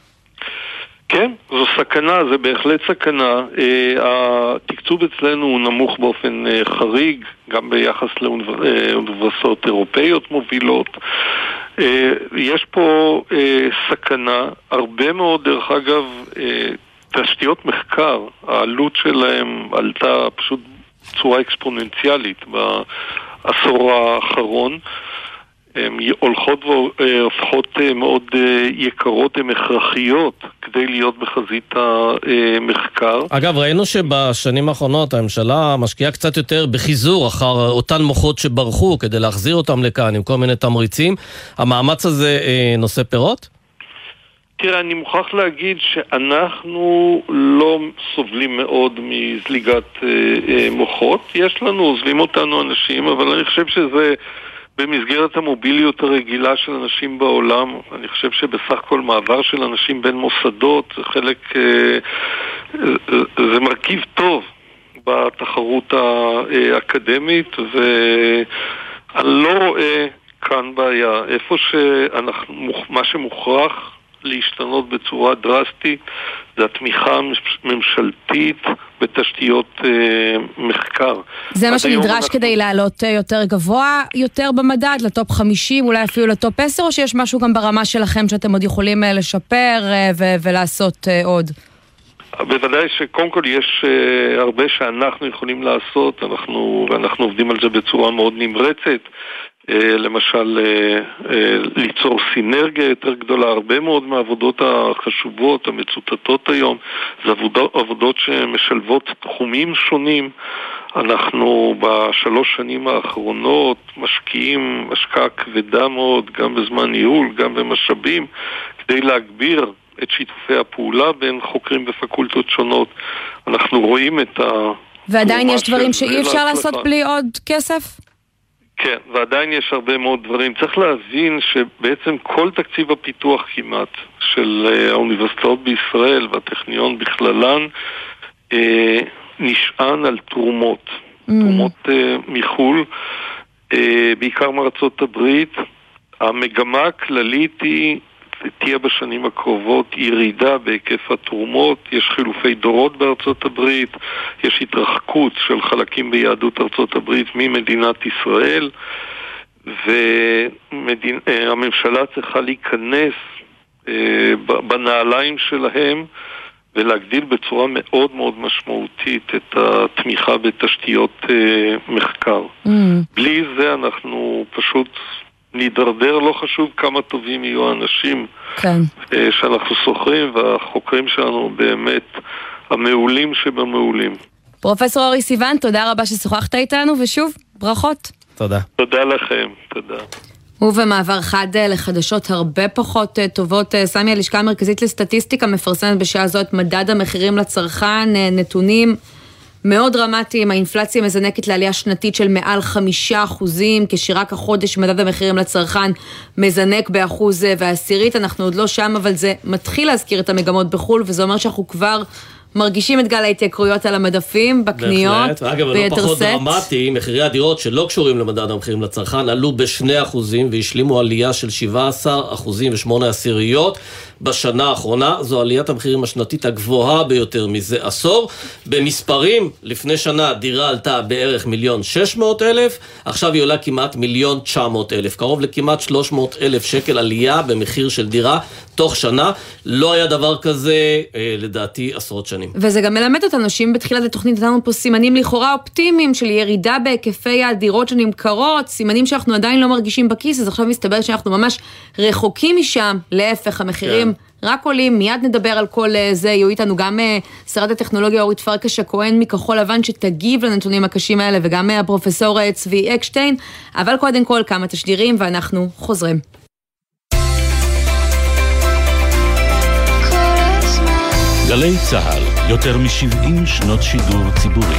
כן, זו סכנה, זה בהחלט סכנה. התקצוב אצלנו הוא נמוך באופן חריג, גם ביחס לאוניברסיטאות אירופאיות מובילות. יש פה סכנה, הרבה מאוד, דרך אגב, תשתיות מחקר, העלות שלהם עלתה פשוט בצורה אקספוננציאלית בעשור האחרון. הן הולכות והופכות מאוד יקרות, הן הכרחיות כדי להיות בחזית המחקר. אגב, ראינו שבשנים האחרונות הממשלה משקיעה קצת יותר בחיזור אחר אותן מוחות שברחו כדי להחזיר אותם לכאן עם כל מיני תמריצים. המאמץ הזה נושא פירות? תראה, אני מוכרח להגיד שאנחנו לא סובלים מאוד מזליגת מוחות. יש לנו, עוזבים אותנו אנשים, אבל אני חושב שזה במסגרת המוביליות הרגילה של אנשים בעולם. אני חושב שבסך הכל מעבר של אנשים בין מוסדות זה חלק, זה מרכיב טוב בתחרות האקדמית, ואני לא רואה כאן בעיה. איפה מה שמוכרח להשתנות בצורה דרסטית זה התמיכה הממשלתית בתשתיות מחקר. זה מה שנדרש כדי לעלות יותר גבוה, יותר במדד, לטופ 50, אולי אפילו לטופ 10, או שיש משהו גם ברמה שלכם שאתם עוד יכולים לשפר ולעשות עוד? בוודאי שקודם כל יש הרבה שאנחנו יכולים לעשות, ואנחנו עובדים על זה בצורה מאוד נמרצת. למשל ליצור סינרגיה יותר גדולה. הרבה מאוד מהעבודות החשובות, המצוטטות היום, זה עבודות שמשלבות תחומים שונים. אנחנו בשלוש שנים האחרונות משקיעים השקעה כבדה מאוד, גם בזמן ניהול, גם במשאבים, כדי להגביר את שיתופי הפעולה בין חוקרים בפקולטות שונות. אנחנו רואים את ועדיין יש דברים שאי אפשר לעשות בלי עוד כסף? כן, ועדיין יש הרבה מאוד דברים. צריך להבין שבעצם כל תקציב הפיתוח כמעט של האוניברסיטאות בישראל והטכניון בכללן נשען על תרומות. תרומות מחול, בעיקר מארצות הברית. המגמה הכללית תהיה בשנים הקרובות ירידה בהיקף התרומות, יש חילופי דורות בארצות הברית, יש התרחקות של חלקים ביהדות ארצות הברית ממדינת ישראל, והממשלה צריכה להיכנס בנעליים שלהם ולהגדיל בצורה מאוד מאוד משמעותית את התמיכה בתשתיות מחקר. בלי זה אנחנו פשוט נדרדר, לא חשוב כמה טובים יהיו האנשים שאנחנו סוחרים, והחוקרים שלנו באמת המעולים שבמעולים. פרופסור אורי סיוון, תודה רבה ששוחחת איתנו, ושוב, ברכות. תודה. תודה לכם, תודה. ובמעבר חד לחדשות הרבה פחות טובות, סמי, הלשכה המרכזית לסטטיסטיקה מפרסמת בשעה זאת מדד המחירים לצרכן, נתונים מאוד דרמטיים, האינפלציה מזנקת לעלייה שנתית של מעל 5%, כשרק החודש מדד המחירים לצרכן מזנק ב1.10%, אנחנו עוד לא שם, אבל זה מתחיל להזכיר את המגמות בחול, וזה אומר שאנחנו כבר מרגישים את גל ההתייקרויות על המדפים, בקניות, ביתר סט. אגב, לא פחות דרמטי, מחירי הדירות שלא קשורים למדד המחירים לצרכן, עלו ב2% והשלימו עלייה של 17.8% בשנה האחרונה. זו עליית המחירים השנתית הגבוהה ביותר מזה עשור. במספרים, לפני שנה דירה עלתה בערך 1,600,000, עכשיו היא עולה כמעט 1,900,000, קרוב לכמעט 300,000 שקל עלייה במחיר של דירה תוך שנה. לא היה דבר כזה, לדעתי, עשרות שנים. וזה גם מלמד אותנו שאם בתחילת התוכנית נתנו פה סימנים לכאורה אופטימיים של ירידה בהיקפי הדירות שנמכרות, סימנים שאנחנו עדיין לא מרגישים בכיס, אז עכשיו מסתבר שאנחנו ממש רחוקים משם, להפך, המחירים רק עולים. מיד נדבר על כל זה, יהיו איתנו גם שרת הטכנולוגיה אורית פרקש הכהן מכחול לבן שתגיב לנתונים הקשים האלה, וגם הפרופסור צבי אקשטיין, אבל קודם כל כמה תשדירים ואנחנו חוזרים. גלי צהל, יותר מ-70 שנות שידור ציבורי.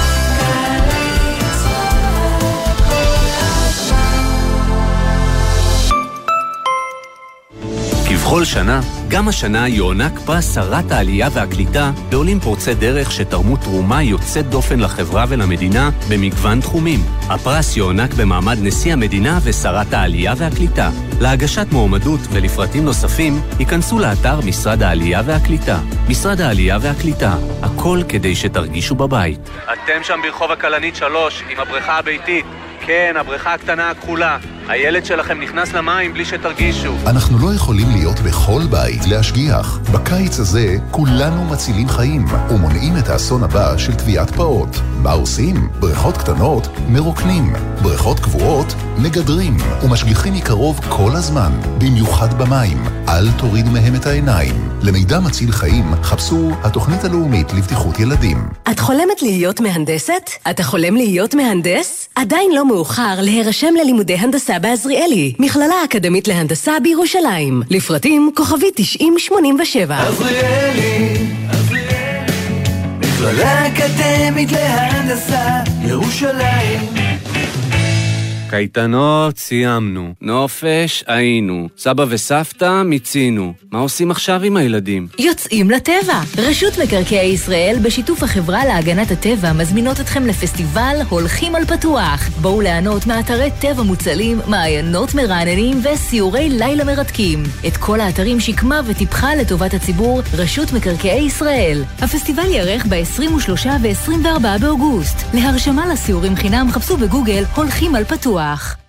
כבכל שנה, גם השנה יוענק פרס שרת העלייה והקליטה לעולים פורצי דרך שתרמו תרומה יוצאת דופן לחברה ולמדינה במגוון תחומים. הפרס יוענק במעמד נשיא המדינה ושרת העלייה והקליטה. להגשת מועמדות ולפרטים נוספים, ייכנסו לאתר משרד העלייה והקליטה. משרד העלייה והקליטה, הכל כדי שתרגישו בבית. אתם שם ברחוב הכלנית 3 עם הבריכה הביתית. כן, הבריכה הקטנה הכחולה. הילד שלכם נכנס למים בלי שתרגישו. אנחנו לא יכולים להיות בכל בית להשגיח. בקיץ הזה כולנו מצילים חיים ומונעים את האסון הבא של טביעת פעוט. מה עושים? בריכות קטנות מרוקנים, בריכות קבועות מגדרים ומשגיחים מקרוב כל הזמן, במיוחד במים. אל תוריד מהם את העיניים. למידע מציל חיים חפשו התוכנית הלאומית לבטיחות ילדים. את חולמת להיות מהנדסת? אתה חולם להיות מהנדס? עדיין לא מאוחר להירשם ללימודי הנדסה בעזריאלי, מכללה אקדמית להנדסה בירושלים. לפרטים כוכבי 9087. עזריאלי, מכללה אקדמית להנדסה ירושלים. קייטנות סיימנו, נופש היינו, סבא וסבתא מיצינו. מה עושים עכשיו עם הילדים? יוצאים לטבע. רשות מקרקעי ישראל בשיתוף החברה להגנת הטבע מזמינות אתכם לפסטיבל הולכים על פתוח. בואו ליהנות מאתרי טבע מוצלים, מעיינות מרעננים וסיורי לילה מרתקים. את כל האתרים שקמה וטיפחה לטובת הציבור רשות מקרקעי ישראל. הפסטיבל יארך ב-23 ו-24 באוגוסט. להרשמה לסיורים חינם חפשו בגוגל הולכים על פתוח.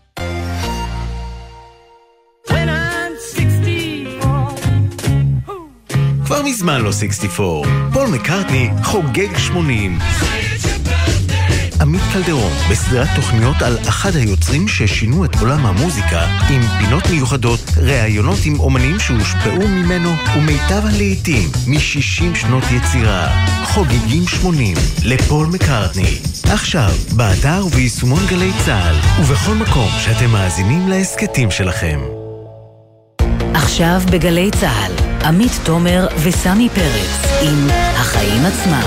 כבר מזמן לא 64. פול מקרטני חוגג 80. עמית קלדרון בסדרת תוכניות על אחד היוצרים ששינו את עולם המוזיקה, עם פינות מיוחדות, ראיונות עם אומנים שהושפעו ממנו ומיטב הלעיתים מ-60 שנות יצירה. חוגגים 80 לפול מקרטני. עכשיו, באתר וביישומון גלי צהל, ובכל מקום שאתם מאזינים להסקטים שלכם. עכשיו בגלי צהל, עמית תומר וסמי פרץ עם החיים עצמם.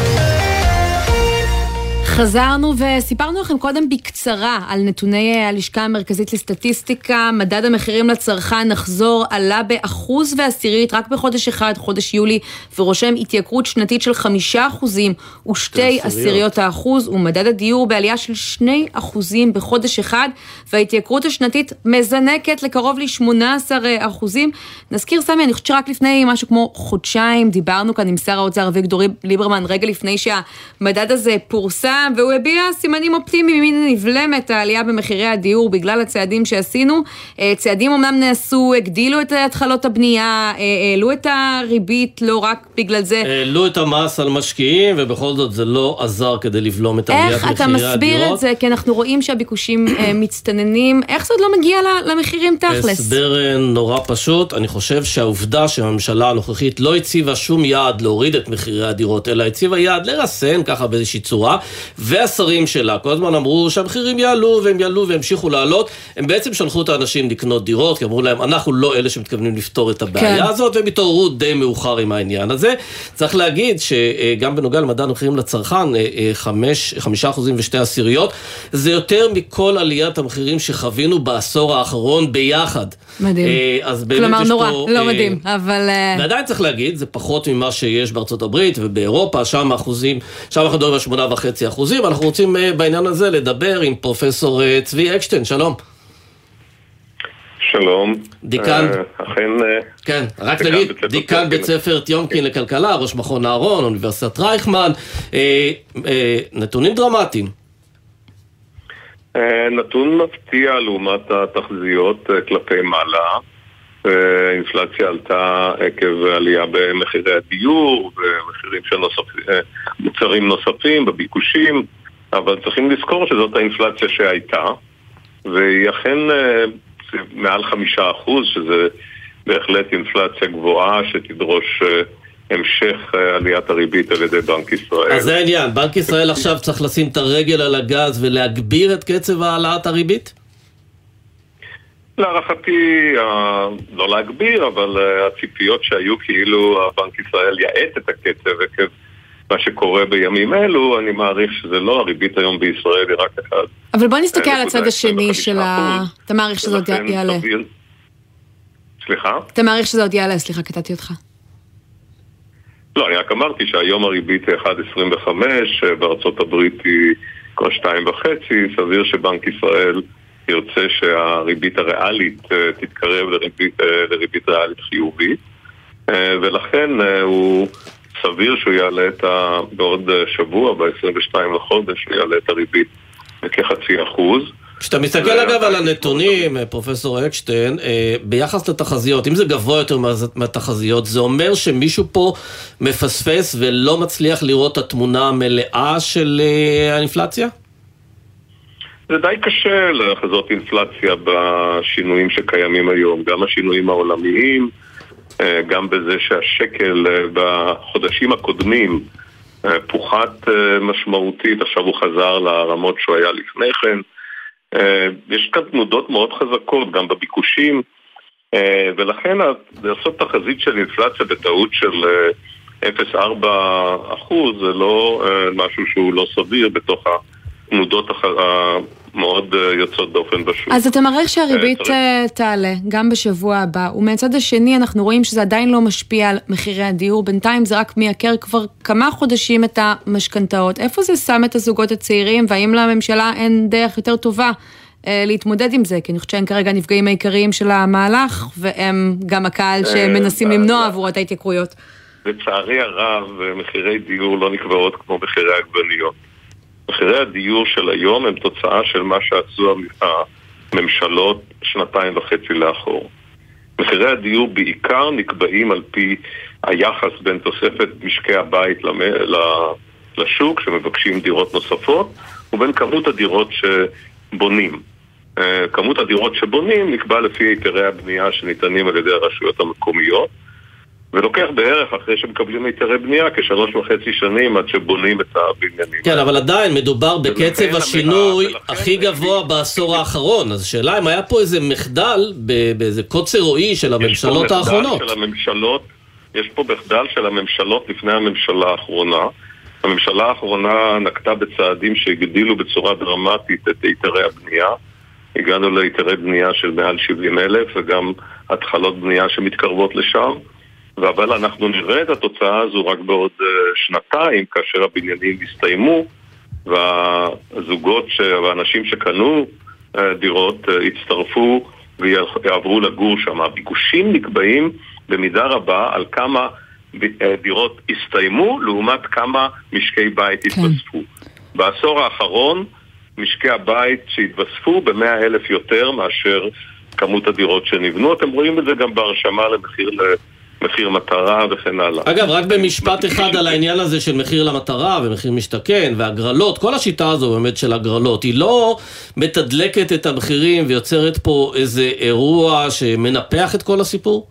חזרנו וסיפרנו לכם קודם בקצרה על נתוני הלשכה המרכזית לסטטיסטיקה. מדד המחירים לצרכן נחזור עלה ב1.10% רק בחודש אחד, חודש יולי, ורושם התייקרות שנתית של 5.2%, ומדד הדיור בעלייה של 2% בחודש אחד, וההתייקרות השנתית מזנקת לקרוב ל18%. נזכיר סמי, אני חושבת שרק לפני משהו כמו חודשיים דיברנו כאן עם שר האוצר אביגדור ליברמן, רגע לפני שהמדד הזה פורסם, והוא הביע סימנים אופטימיים. הנה נבלמת העלייה במחירי הדיור בגלל הצעדים שעשינו. צעדים אמנם נעשו, הגדילו את התחלות הבנייה, העלו את הריבית, לא רק בגלל זה. העלו את המס על משקיעים, ובכל זאת זה לא עזר כדי לבלום את עליית מחירי הדירות. איך אתה מסביר את זה? כי אנחנו רואים שהביקושים מצטננים. איך זה עוד לא מגיע למחירים תכלס? הסבר נורא פשוט. אני חושב שהעובדה שהממשלה הנוכחית לא הציבה שום יעד להוריד את מחירי הדירות, אלא הציבה יעד לרסן ככה באיזושהי צורה, והשרים שלה כל הזמן אמרו שהמחירים יעלו והם יעלו והמשיכו לעלות. הם בעצם שלחו את האנשים לקנות דירות, כי אמרו להם, אנחנו לא אלה שמתכוונים לפתור את הבעיה הזאת, והם התעוררו די מאוחר עם העניין הזה. צריך להגיד שגם בנוגע למדד המחירים לצרכן, 5.2%, זה יותר מכל עליית המחירים שחווינו בעשור האחרון ביחד. מדהים. כלומר נורא, לא מדהים, אבל... ועדיין צריך להגיד, זה פחות ממה שיש בארצות הברית ובאירופה, שם אחוזים, שם אנחנו מדברים על 8.5%. אנחנו רוצים בעניין הזה לדבר עם פרופסור צבי אקשטיין, שלום. שלום. דיקן. אכן... כן, רק נגיד, דיקן בית ספר טיומקין לכלכלה, ראש מכון אהרון, אוניברסיטת רייכמן, נתונים דרמטיים. נתון מפתיע לעומת התחזיות כלפי מעלה. האינפלציה עלתה עקב עלייה במחירי הדיור ומחירים של מוצרים נוספים, בביקושים, אבל צריכים לזכור שזאת האינפלציה שהייתה, והיא אכן מעל 5%, שזה בהחלט אינפלציה גבוהה שתדרוש המשך עליית הריבית על ידי בנק ישראל. אז זה העניין, בנק ישראל עכשיו צריך לשים את הרגל על הגז ולהגביר את קצב העלאת הריבית? להערכתי, לא להגביר, אבל הציפיות שהיו כאילו הבנק ישראל יעט את הקצב עקב מה שקורה בימים אלו, אני מעריך שזה לא, הריבית היום בישראל היא רק אחד. אבל בוא נסתכל על הצד השני של אתה מעריך שזה עוד יעלה. סליחה? אתה מעריך שזה עוד יעלה, סליחה, קטעתי אותך. לא, אני רק אמרתי שהיום הריבית היא 1.25, בארצות הברית היא כבר 2.5, סביר שבנק ישראל ירצה שהריבית הריאלית תתקרב לריבית ריאלית חיובית, ולכן הוא סביר שהוא יעלה בעוד שבוע, ב-22 לחודש, הוא יעלה את הריבית בכ0.5%. כשאתה מסתכל אגב על הנתונים, פרופסור אקשטיין, ביחס לתחזיות, אם זה גבוה יותר מהתחזיות, זה אומר שמישהו פה מפספס ולא מצליח לראות את התמונה המלאה של האינפלציה? זה די קשה לחזות אינפלציה בשינויים שקיימים היום, גם השינויים העולמיים, גם בזה שהשקל בחודשים הקודמים פוחת משמעותית, עכשיו הוא חזר לרמות שהוא היה לפני כן. יש כאן תנודות מאוד חזקות גם בביקושים, ולכן לעשות תחזית של אינפלציה בטעות של 0.4% זה לא משהו שהוא לא סביר בתוך התנודות מאוד יוצאות דופן בשוק. אז אתה מעריך שהריבית תעלה גם בשבוע הבא, ומהצד השני אנחנו רואים שזה עדיין לא משפיע על מחירי הדיור, בינתיים זה רק מייקר כבר כמה חודשים את המשכנתאות. איפה זה שם את הזוגות הצעירים, והאם לממשלה אין דרך יותר טובה להתמודד עם זה? כי אני חושבת שהם כרגע נפגעים העיקריים של המהלך, והם גם הקהל שמנסים למנוע עבור את ההתייקרויות. לצערי הרב, מחירי דיור לא נקבעות כמו מחירי עגבניות. מחירי הדיור של היום הם תוצאה של מה שעשו הממשלות 2.5 לאחור. מחירי הדיור בעיקר נקבעים על פי היחס בין תוספת משקי הבית לשוק, שמבקשים דירות נוספות, ובין כמות הדירות שבונים. כמות הדירות שבונים נקבע לפי היתרי הבנייה שניתנים על ידי הרשויות המקומיות, ולוקח בערך אחרי שמקבלים היתרי בנייה כ3.5 שנים עד שבונים את הבניינים. כן, אבל עדיין מדובר בקצב השינוי הכי גבוה בעשור האחרון. אז שאלה אם היה פה איזה מחדל, באיזה קוצר רואי של הממשלות האחרונות. יש פה מחדל של הממשלות לפני הממשלה האחרונה. הממשלה האחרונה נקטה בצעדים שהגדילו בצורה דרמטית את היתרי הבנייה. הגענו ליתרי בנייה של מעל 70,000 וגם התחלות בנייה שמתקרבות לשם. אבל אנחנו נראה את התוצאה הזו רק בעוד שנתיים, כאשר הבניינים יסתיימו, והזוגות והאנשים שקנו דירות יצטרפו ויעברו לגור שם. הביקושים נקבעים במידה רבה על כמה דירות יסתיימו, לעומת כמה משקי בית יתווספו. בעשור האחרון, משקי הבית שהתווספו ב100,000 יותר מאשר כמות הדירות שנבנו. אתם רואים את זה גם בהרשמה מחיר מטרה וכן הלאה. אגב, רק במשפט אחד על העניין הזה של מחיר למטרה ומחיר משתכן והגרלות, כל השיטה הזו באמת של הגרלות, היא לא מתדלקת את המחירים ויוצרת פה איזה אירוע שמנפח את כל הסיפור?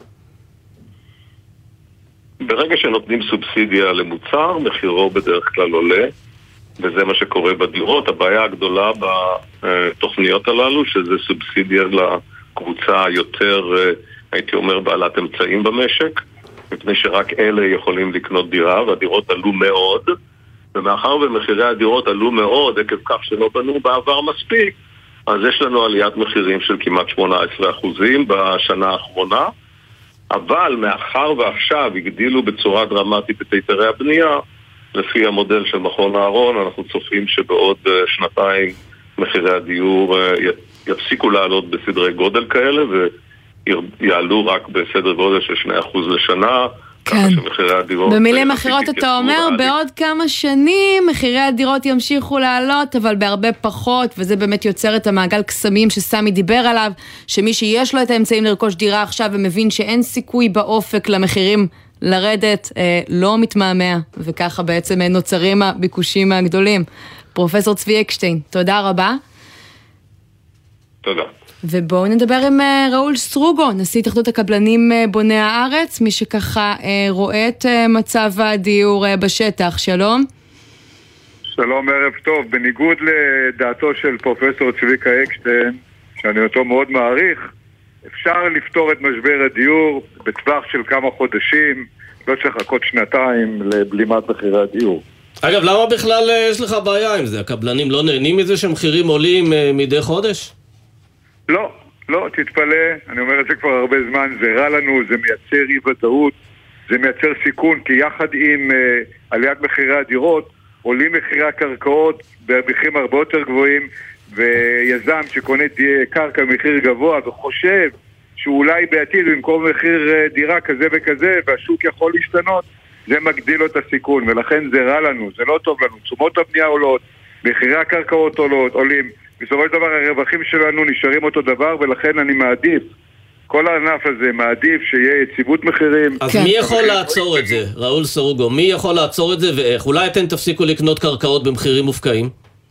ברגע שנותנים סובסידיה למוצר, מחירו בדרך כלל עולה. וזה מה שקורה בדירות. הבעיה הגדולה בתוכניות הללו, שזה סובסידיה לקבוצה יותר, הייתי אומר, בעלת אמצעים במשק, מפני שרק אלה יכולים לקנות דירה, והדירות עלו מאוד, ומאחר ומחירי הדירות עלו מאוד, עקב כך שלא בנו בעבר מספיק, אז יש לנו עליית מחירים של כמעט 18% בשנה האחרונה, אבל מאחר ועכשיו הגדילו בצורה דרמטית את היתרי הבנייה, לפי המודל של מכון אהרון, אנחנו צופים שבעוד שנתיים מחירי הדיור יפסיקו לעלות בסדרי גודל כאלה, ויעלו רק בסדר גודל של 2% לשנה, כן. במילים אחרות אתה אומר, בעוד כמה שנים מחירי הדירות ימשיכו לעלות, אבל בהרבה פחות, וזה באמת יוצר את המעגל קסמים שסמי דיבר עליו, שמי שיש לו את האמצעים לרכוש דירה עכשיו ומבין שאין סיכוי באופק למחירים לרדת, לא מתמהמה, וככה בעצם נוצרים הביקושים הגדולים. פרופסור צבי אקשטיין, תודה רבה. תודה. ובואו נדבר עם ראול סרוגו, נשיא התאחדות הקבלנים בוני הארץ, מי שככה רואה את מצב הדיור בשטח. שלום. שלום, ערב טוב. בניגוד לדעתו של פרופסור צביקה אקשטיין, שאני אותו מאוד מעריך, אפשר לפתור את משבר הדיור בטווח של כמה חודשים, לא צריך לחכות שנתיים לבלימת מחירי הדיור. אגב, למה בכלל יש לך בעיה עם זה? הקבלנים לא נהנים מזה שמחירים עולים מדי חודש? לא, תתפלא, אני אומר את זה כבר הרבה זמן, זה רע לנו, זה מייצר אי-ודאות, זה מייצר סיכון, כי יחד עם עליית מחירי הדירות, עולים מחירי הקרקעות במחירים הרבה יותר גבוהים, ויזם שקונה קרקע במחיר גבוה וחושב שאולי בעתיד במקום מחיר דירה כזה וכזה, והשוק יכול להשתנות, זה מגדיל לו את הסיכון, ולכן זה רע לנו, זה לא טוב לנו. תשומות הבנייה עולות, מחירי הקרקעות עולים, בסופו של דבר הרווחים שלנו נשארים אותו דבר, ולכן אני מעדיף, כל הענף הזה מעדיף שיהיה יציבות מחירים. אז מי יכול לעצור את זה, ראול סרוגו? מי יכול לעצור את זה ואיך? אולי אתם תפסיקו לקנות קרקעות במחירים מופקעים?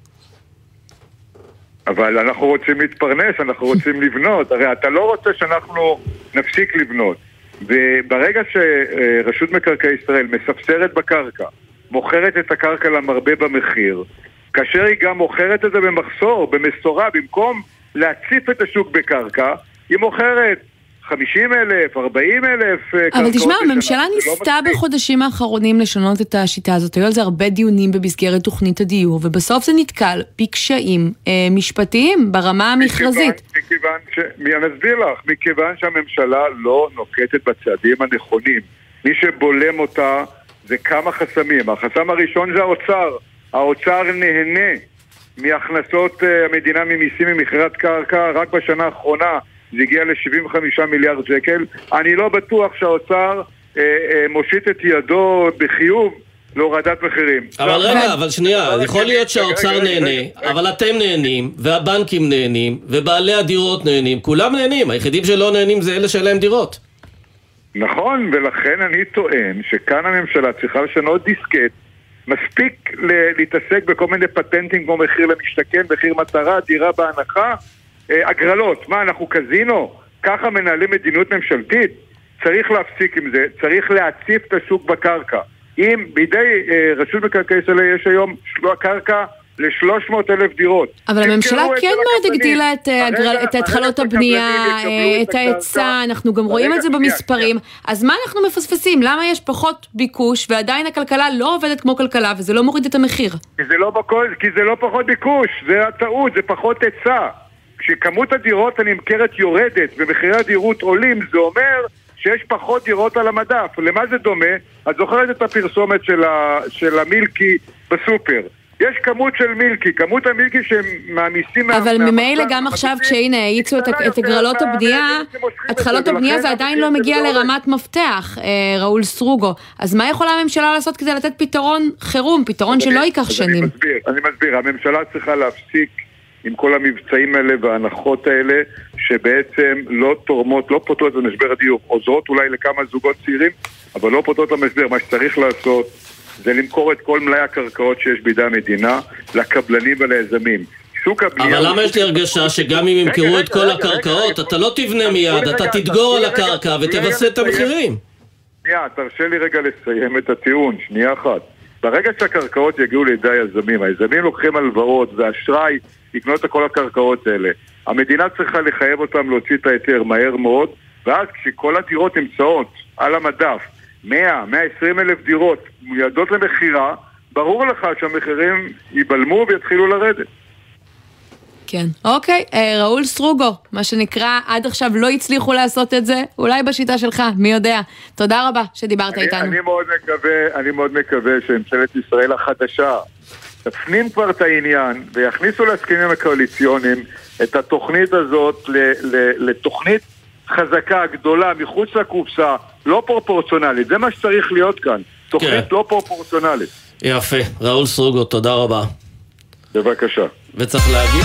אבל אנחנו רוצים להתפרנס, אנחנו רוצים לבנות. הרי אתה לא רוצה שאנחנו נפסיק לבנות. וברגע שרשות מקרקעי ישראל מספסרת בקרקע, מוכרת את הקרקע למרבה במחיר, כאשר היא גם מוכרת את זה במחסור, במסורה, במקום להציף את השוק בקרקע, היא מוכרת 50,000, 40,000 קרקעות. אבל תשמע, הממשלה ניסתה בחודשים האחרונים לשנות את השיטה הזאת. היו על זה הרבה דיונים במסגרת תוכנית הדיור, ובסוף זה נתקל בקשיים משפטיים ברמה המכרזית. מכיוון שהממשלה לא נוקטת בצעדים הנכונים. מי שבולם אותה זה כמה חסמים. החסם הראשון זה האוצר. האוצר נהנה מהכנסות המדינה ממיסים ממחירת קרקע. רק בשנה האחרונה זה הגיע ל-75 מיליארד שקל. אני לא בטוח שהאוצר מושיט את ידו בחיוב להורדת מחירים. אבל רגע, אבל שנייה, יכול להיות שהאוצר נהנה, אבל אתם נהנים, והבנקים נהנים, ובעלי הדירות נהנים, כולם נהנים, היחידים שלא נהנים זה אלה שלהם דירות. נכון, ולכן אני טוען שכאן הממשלה צריכה לשנות דיסקט, מספיק להתעסק בכל מיני פטנטים כמו מחיר למשתכן, מחיר מטרה, דירה בהנחה, הגרלות. מה, אנחנו קזינו? ככה מנהלים מדיניות ממשלתית? צריך להפסיק עם זה, צריך להציף את השוק בקרקע. אם בידי רשות מקרקעי ישראל יש היום קרקע ל-300,000 דירות. אבל הממשלה כן מאוד הגדילה את התחלות הבנייה, את ההיצע, אנחנו גם רואים את זה במספרים. אז מה אנחנו מפספסים? למה יש פחות ביקוש ועדיין הכלכלה לא עובדת כמו כלכלה וזה לא מוריד את המחיר? כי זה לא פחות ביקוש, זה הטעות, זה פחות היצע. כשכמות הדירות הנמכרת יורדת ומחירי הדירות עולים, זה אומר שיש פחות דירות על המדף. למה זה דומה? את זוכרת את הפרסומת של המילקי בסופר. יש כמות של מילקי, כמות המילקי שמעמיסים... אבל ממילא גם עכשיו כשהנה האיצו את הגרלות הבנייה, התחלות הבנייה זה עדיין לא מגיע לרמת מפתח, ראול סרוגו. אז מה יכולה הממשלה לעשות כדי לתת פתרון חירום, פתרון שלא ייקח שנים? אני מסביר, הממשלה צריכה להפסיק עם כל המבצעים האלה וההנחות האלה, שבעצם לא תורמות, לא פותרות את המשבר הדיור, עוזרות אולי לכמה זוגות צעירים, אבל לא פותרות את המשבר. מה שצריך לעשות זה למכור את כל מלאי הקרקעות שיש בידי המדינה לקבלנים וליזמים. אבל למה יש לי הרגשה שגם אם ימכרו את כל הקרקעות, אתה לא תבנה מיד, אתה תדגור על הקרקע ותבסס את המחירים? תרשה לי רגע לסיים את הטיעון, שנייה אחת. ברגע שהקרקעות יגיעו לידי היזמים, היזמים לוקחים הלוואות ואשראי לקנות את כל הקרקעות האלה. המדינה צריכה לחייב אותם להוציא את ההיתר מהר מאוד, ואז כשכל הדירות נמצאות על המדף, 100-120 אלף דירות מיועדות למחירה, ברור לך שהמחירים ייבלמו ויתחילו לרדת. כן. אוקיי, ראול סטרוגו, מה שנקרא, עד עכשיו לא הצליחו לעשות את זה, אולי בשיטה שלך, מי יודע. תודה רבה שדיברת איתנו. אני מאוד מקווה שממשלת ישראל החדשה תפנים כבר את העניין ויכניסו להסכמים הקואליציוניים את התוכנית הזאת לתוכנית חזקה, גדולה, מחוץ לקופסה, לא פרופורציונלית. זה מה שצריך להיות כאן. תוכנית לא פרופורציונלית. יפה. ראול סטרוגו, תודה רבה. בבקשה. וצריך להגיד...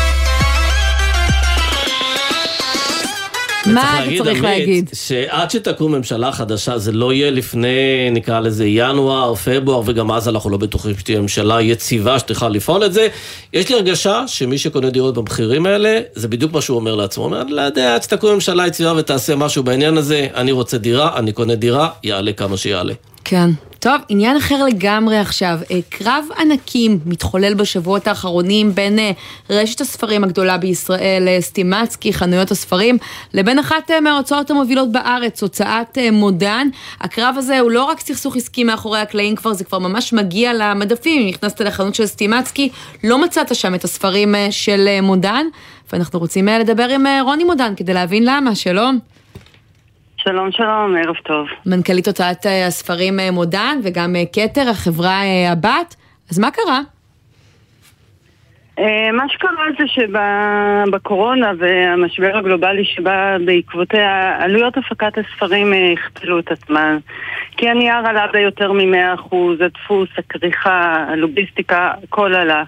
מה אתה צריך להגיד? שעד שתקום ממשלה חדשה, זה לא יהיה לפני, נקרא לזה, ינואר, פברואר, וגם אז אנחנו לא בטוחים שתהיה ממשלה יציבה שתוכל לפעול את זה. יש לי הרגשה שמי שקונה דירות במחירים האלה, זה בדיוק מה שהוא אומר לעצמו. הוא אומר, לא יודע, עד שתקום ממשלה יציבה ותעשה משהו בעניין הזה, אני רוצה דירה, אני קונה דירה, יעלה כמה שיעלה. כן. טוב, עניין אחר לגמרי עכשיו. קרב ענקים מתחולל בשבועות האחרונים בין רשת הספרים הגדולה בישראל, סטימצקי, חנויות הספרים, לבין אחת מההוצאות המובילות בארץ, הוצאת מודן. הקרב הזה הוא לא רק סכסוך עסקי מאחורי הקלעים, זה כבר ממש מגיע למדפים. נכנסת לחנות של סטימצקי, לא מצאת שם את הספרים של מודן, ואנחנו רוצים לדבר עם רוני מודן כדי להבין למה. שלום. שלום, שלום, ערב טוב. מנכ"לית הוצאת הספרים מודן וגם כתר, החברה הבת. אז מה קרה? מה שקרה זה שבקורונה והמשבר הגלובלי שבא בעקבותיה, עלויות הפקת הספרים הכפילו את עצמן. כי הנייר עלה ביותר מ100%, הדפוס, הכריכה, הלוגיסטיקה, הכל עלה.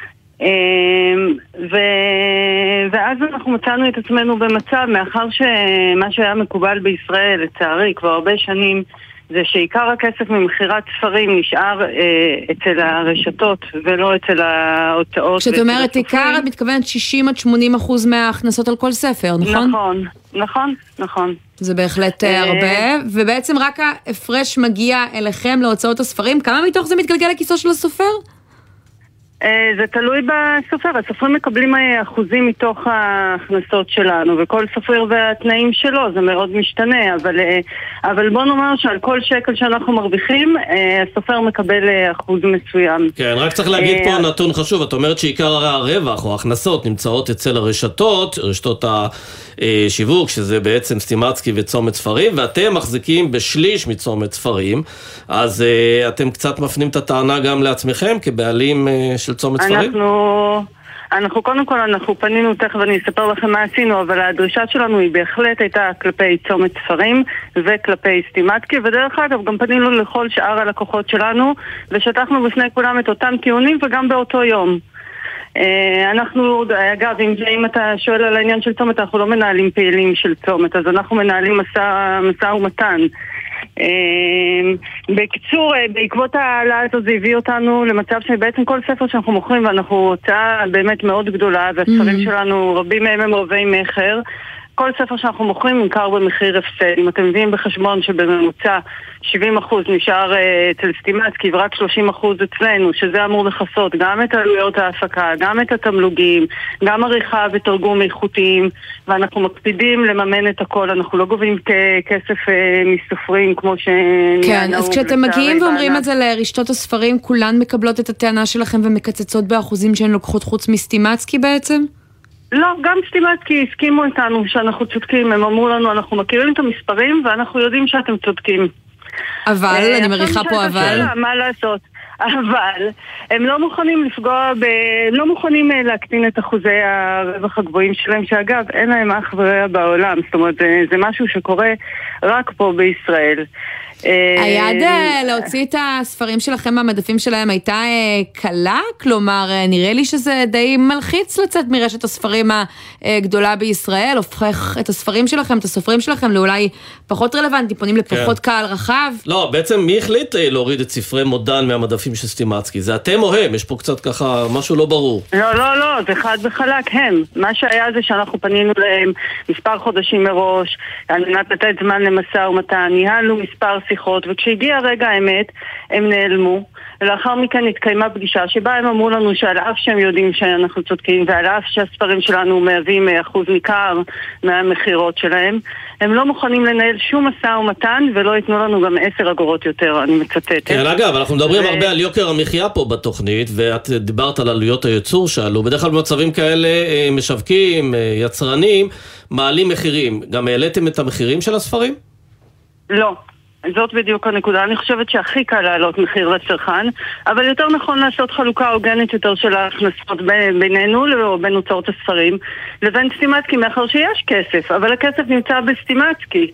ואז אנחנו מצאנו את עצמנו במצב, מאחר שמה שהיה מקובל בישראל, לצערי, כבר הרבה שנים, זה שעיקר הכסף ממחירת ספרים נשאר אצל הרשתות ולא אצל ההוצאות. כשאת אומרת עיקר, את מתכוונת 60-80% מההכנסות על כל ספר, נכון? נכון. זה בהחלט הרבה, ובעצם רק ההפרש מגיע אליכם להוצאות הספרים. כמה מתוך זה מתגלגל לכיסו של הסופר? זה תלוי בסופר, הסופרים מקבלים אחוזים מתוך ההכנסות שלנו, וכל סופר והתנאים שלו, זה מאוד משתנה, אבל בוא נאמר שעל כל שקל שאנחנו מרוויחים, הסופר מקבל אחוז מסוים. כן, רק צריך להגיד פה נתון חשוב, את אומרת שעיקר הרווח או ההכנסות נמצאות אצל הרשתות, רשתות השיווק, שזה בעצם סטימצקי וצומת ספרים, ואתם מחזיקים בשליש מצומת ספרים, אז אתם קצת מפנים את הטענה גם לעצמכם כבעלים של צומת ספרים? אנחנו קודם כל, אנחנו פנינו, תכף אני אספר לכם מה עשינו, אבל הדרישה שלנו היא בהחלט הייתה כלפי צומת ספרים וכלפי סטימצקי, ודרך אגב גם פנינו לכל שאר הלקוחות שלנו, ושטחנו בפני כולם את אותם טיעונים וגם באותו יום. אנחנו, אגב, אם אתה שואל על העניין של צומת, אנחנו לא מנהלים פעילים של צומת, אז אנחנו מנהלים משא ומתן. בקיצור, בעקבות העלה הזאת זה הביא אותנו למצב שבעצם כל ספר שאנחנו מוכרים, ואנחנו הוצאה באמת מאוד גדולה, והספרים שלנו, רבים מהם הם רבי מחר, כל ספר שאנחנו מוכרים נמכר במחיר הפסד. אם אתם מביאים בחשבון שבממוצע 70% נשאר אצל סטימצקי ורק 30% אצלנו, שזה אמור לחסות גם את עלויות ההפקה, גם את התמלוגים, גם עריכה ותרגום איכותיים, ואנחנו מקפידים לממן את הכל, אנחנו לא גובים כסף מסופרים כמו שנהיה. כן, אז כשאתם מגיעים ואומרים את זה לרשתות הספרים, כולן מקבלות את הטענה שלכם ומקצצות באחוזים שהן לוקחות חוץ מסטימצקי בעצם? לא, גם סטימצקי הסכימו איתנו שאנחנו צודקים, הם אמרו לנו, אנחנו מכירים את המספרים ואנחנו יודעים שאתם צודקים. אבל, אני מריחה פה אבל. מה לעשות? אבל הם לא מוכנים לפגוע, לא מוכנים להקטין את אחוזי הרווח הגבוהים שלהם, שאגב, אין להם אח ורע בעולם, זאת אומרת, זה משהו שקורה רק פה בישראל. היד להוציא את הספרים שלכם מהמדפים שלהם הייתה קלה? כלומר, נראה לי שזה די מלחיץ לצאת מרשת הספרים הגדולה בישראל, הופך את הספרים שלכם, את הסופרים שלכם, לאולי פחות רלוונטי, פונים לפחות קהל רחב. לא, בעצם מי החליט להוריד את ספרי מודן מהמדפים המדפים של סטימצקי? זה אתם או הם? יש פה קצת ככה משהו לא ברור. לא, זה חד וחלק הם. מה שהיה זה שאנחנו פנינו להם מספר חודשים מראש, על מנת לתת זמן למשא ומתן, ניהלנו מספר שיחות, וכשהגיע רגע האמת, הם נעלמו. ולאחר מכן התקיימה פגישה שבה הם אמרו לנו שעל אף שהם יודעים שאנחנו צודקים ועל אף שהספרים שלנו מהווים אחוז ניכר מהמחירות שלהם, הם לא מוכנים לנהל שום משא ומתן ולא ייתנו לנו גם 10 אגורות יותר, אני מצטטת. כן, אגב, אנחנו מדברים הרבה על יוקר המחיה פה בתוכנית, ואת דיברת על עלויות הייצור שעלו. בדרך כלל במצבים כאלה משווקים, יצרנים, מעלים מחירים. גם העליתם את המחירים של הספרים? לא. זאת בדיוק הנקודה. אני חושבת שהכי קל להעלות מחיר לצרכן, אבל יותר נכון לעשות חלוקה הוגנת יותר של ההכנסות בינינו, או בין הוצאות הספרים, לבין סטימצקי, מאחר שיש כסף, אבל הכסף נמצא בסטימצקי.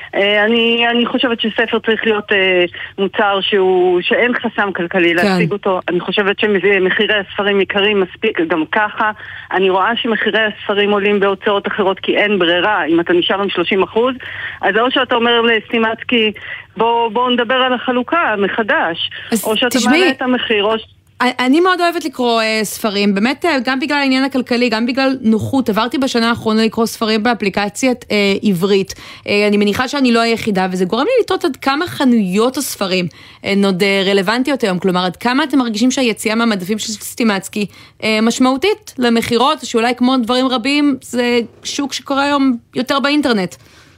אני חושבת שספר צריך להיות מוצר שאין חסם כלכלי להציג אותו. אני חושבת שמחירי הספרים יקרים מספיק גם ככה. אני רואה שמחירי הספרים עולים בהוצאות אחרות כי אין ברירה. אם אתה נשאר עם 30%, אז או שאתה אומר לסטימצקי, בואו נדבר על החלוקה מחדש, או שאתה מעלה את המחיר, או אני מאוד אוהבת לקרוא ספרים, באמת גם בגלל העניין הכלכלי, גם בגלל נוחות. עברתי בשנה האחרונה לקרוא ספרים באפליקציית עברית. אני מניחה שאני לא היחידה, וזה גורם לי לטעות עד כמה חנויות הספרים עוד רלוונטיות היום. כלומר, עד כמה אתם מרגישים שהיציאה מהמדפים של סטימצקי משמעותית למחירות, שאולי כמו דברים רבים, זה שוק שקורה היום יותר באינטרנט.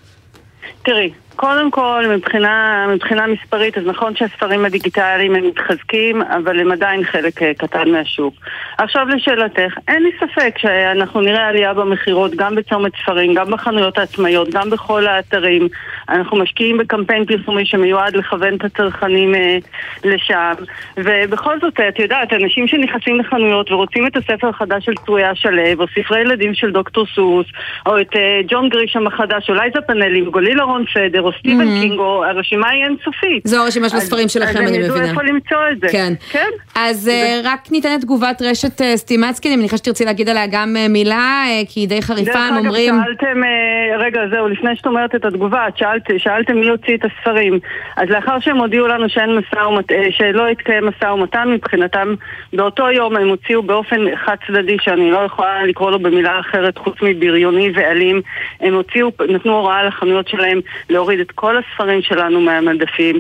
תראי, קודם כל, מבחינה מספרית, אז נכון שהספרים הדיגיטליים הם מתחזקים, אבל הם עדיין חלק קטן מהשוק. עכשיו לשאלתך, אין לי ספק שאנחנו נראה עלייה במחירות, גם בצומת ספרים, גם בחנויות העצמאיות, גם בכל האתרים. אנחנו משקיעים בקמפיין פרסומי שמיועד לכוון את הצרכנים לשם. ובכל זאת, את יודעת, אנשים שנכנסים לחנויות ורוצים את הספר החדש של צרויה שלו, או ספרי ילדים של דוקטור סוס, או את ג'ון גרישם החדש, אולי זה פאנלים, גולילה רון פדר, או סטיבן קינג, או הרשימה היא אינסופית. זו הרשימה של הספרים שלכם, אני מבינה. אז הם ידעו איפה למצוא את זה. כן. אז רק ניתנת תגובת רשת סטימצקי, אני מניחה שתרצי להגיד עליה גם מילה, כי היא די חריפה, הם אומרים... שאלתם, רגע, זהו, לפני שאת אומרת את התגובה, שאלתם מי הוציא את הספרים. אז לאחר שהם הודיעו לנו שלא יתקיים משא ומתן מבחינתם, באותו יום הם הוציאו באופן חד צדדי, שאני לא יכולה לקרוא לו במילה אחרת, חוץ מבריוני ואלים, הם הוציאו, נתנו הוראה לחנויות שלהם להוריד את כל הספרים שלנו מהמדפים,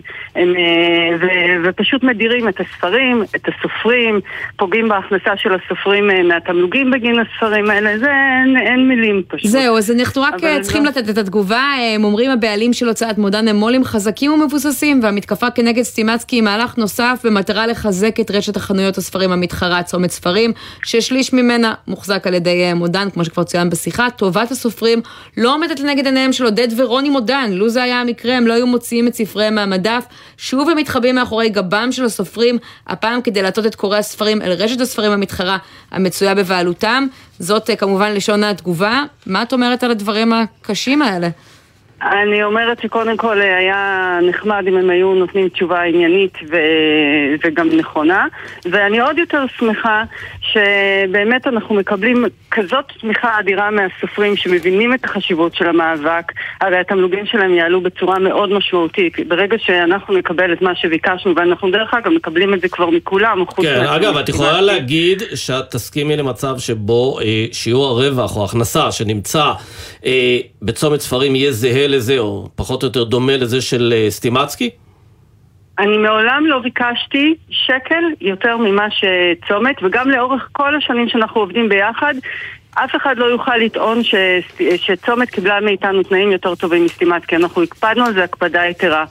ופשוט מדירים את הספרים, את הסופרים, פוגעים בהכנסה של הסופרים מהתמלוגים בגין הספרים האלה, זה אין מילים פשוט. זהו, אז אנחנו רק צריכים לתת את התגובה, הם אומרים הבעלים של הוצאת מודן הם מולים חזקים ומבוססים, והמתקפה כנגד סטימצקי היא מהלך נוסף במטרה לחזק את רשת החנויות הספרים המתחרה צומת ספרים, ששליש ממנה מוחזק על ידי מודן, כמו שכבר צוין בשיחה. טובת הסופרים לא עומדת לנגד עיניהם של עודד ורוני מודן, לו זה היה המקרה, הם לא היו מוציאים את ספריהם מהמדף, שוב הם מתחבאים מאחורי גבם של הסופרים, הפעם כדי להטות את קוראי הספרים אל רשת הספרים המתחרה המצויה בבעלותם. זאת כמובן לשון התגובה. מה את אומרת על הדברים הקשים האלה? אני אומרת שקודם כל היה נחמד אם הם היו נותנים תשובה עניינית וגם נכונה, ואני עוד יותר שמחה שבאמת אנחנו מקבלים כזאת תמיכה אדירה מהסופרים שמבינים את החשיבות של המאבק. הרי התמלוגים שלהם יעלו בצורה מאוד משמעותית ברגע שאנחנו נקבל את מה שביקשנו, ואנחנו דרך אגב מקבלים את זה כבר מכולם. כן, אגב, את יכולה להגיד שאת תסכימי למצב שבו שיעור הרווח או ההכנסה שנמצא בצומת ספרים יהיה זהה לזה, או פחות או יותר דומה לזה של סטימצקי? אני מעולם לא ביקשתי שקל יותר ממה שצומת, וגם לאורך כל השנים שאנחנו עובדים ביחד, אף אחד לא יוכל לטעון שצומת קיבלה מאיתנו תנאים יותר טובים מסטימצקי. אנחנו הקפדנו על זה הקפדה יתרה.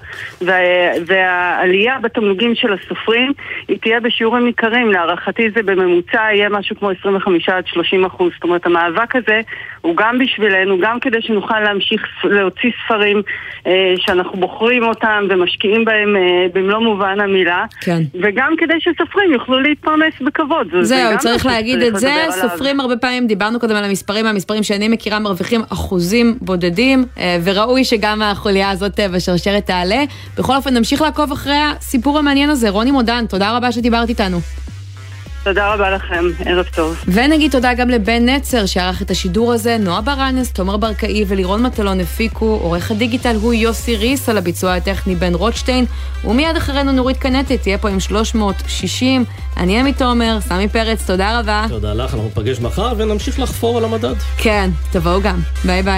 והעלייה בתמלוגים של הסופרים היא תהיה בשיעורים ניכרים. להערכתי זה בממוצע יהיה משהו כמו 25-30%. זאת אומרת, המאבק הזה הוא גם בשבילנו, גם כדי שנוכל להמשיך להוציא ספרים שאנחנו בוחרים אותם ומשקיעים בהם במלוא מובן המילה. כן. וגם כדי שסופרים יוכלו להתפרנס בכבוד. זהו, צריך להגיד את זה. סופרים הרבה פעמים דיברנו קודם על המספרים שאני מכירה מרוויחים אחוזים בודדים, וראוי שגם החוליה הזאת בשרשרת תעלה. בכל אופן, נמשיך לעקוב אחרי הסיפור המעניין הזה. רוני מודן, תודה רבה שדיברת איתנו. תודה רבה לכם, ערב טוב. ונגיד תודה גם לבן נצר שערך את השידור הזה, נועה ברנס, תומר ברקאי ולירון מטלון הפיקו, עורך הדיגיטל הוא יוסי ריס, על הביצוע הטכני בן רוטשטיין, ומיד אחרינו נורית קנטי, תהיה פה עם 360. אני אמי תומר, סמי פרץ, תודה רבה. תודה לך, אנחנו נפגש מחר ונמשיך לחפור על המדד. כן, תבואו גם. ביי ביי.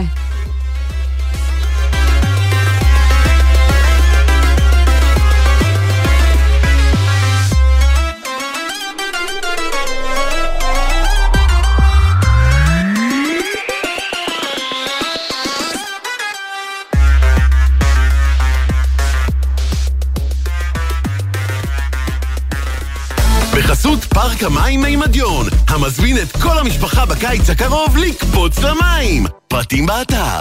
בחסות פארק המים מימדיון, המזמין את כל המשפחה בקיץ הקרוב לקפוץ למים. פרטים באתר.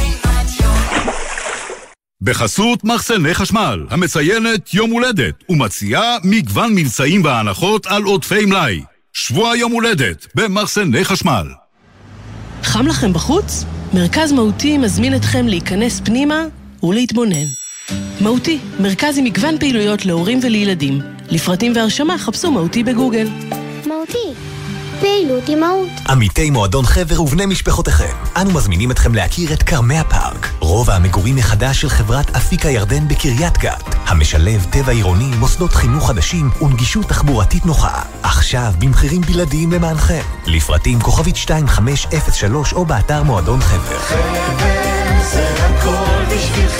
בחסות מחסני חשמל, המציינת יום הולדת ומציעה מגוון מבצעים והנחות על עודפי מלאי. שבוע יום הולדת במחסני חשמל. חם לכם בחוץ? מרכז מהותי מזמין אתכם להיכנס פנימה ולהתבונן. מהותי, מרכז עם מגוון פעילויות להורים ולילדים. לפרטים והרשמה חפשו מהותי בגוגל. מהותי, פעילות עם מהות. עמיתי מועדון חבר ובני משפחותיכם, אנו מזמינים אתכם להכיר את קרמי הפארק, רובע המגורים מחדש של חברת אפיקה ירדן בקריית גת, המשלב טבע עירוני, מוסדות חינוך חדשים ונגישות תחבורתית נוחה. עכשיו במחירים בלעדיים למענכם. לפרטים כוכבית 2503 או באתר מועדון חבר. חבר זה הכל בשבילך.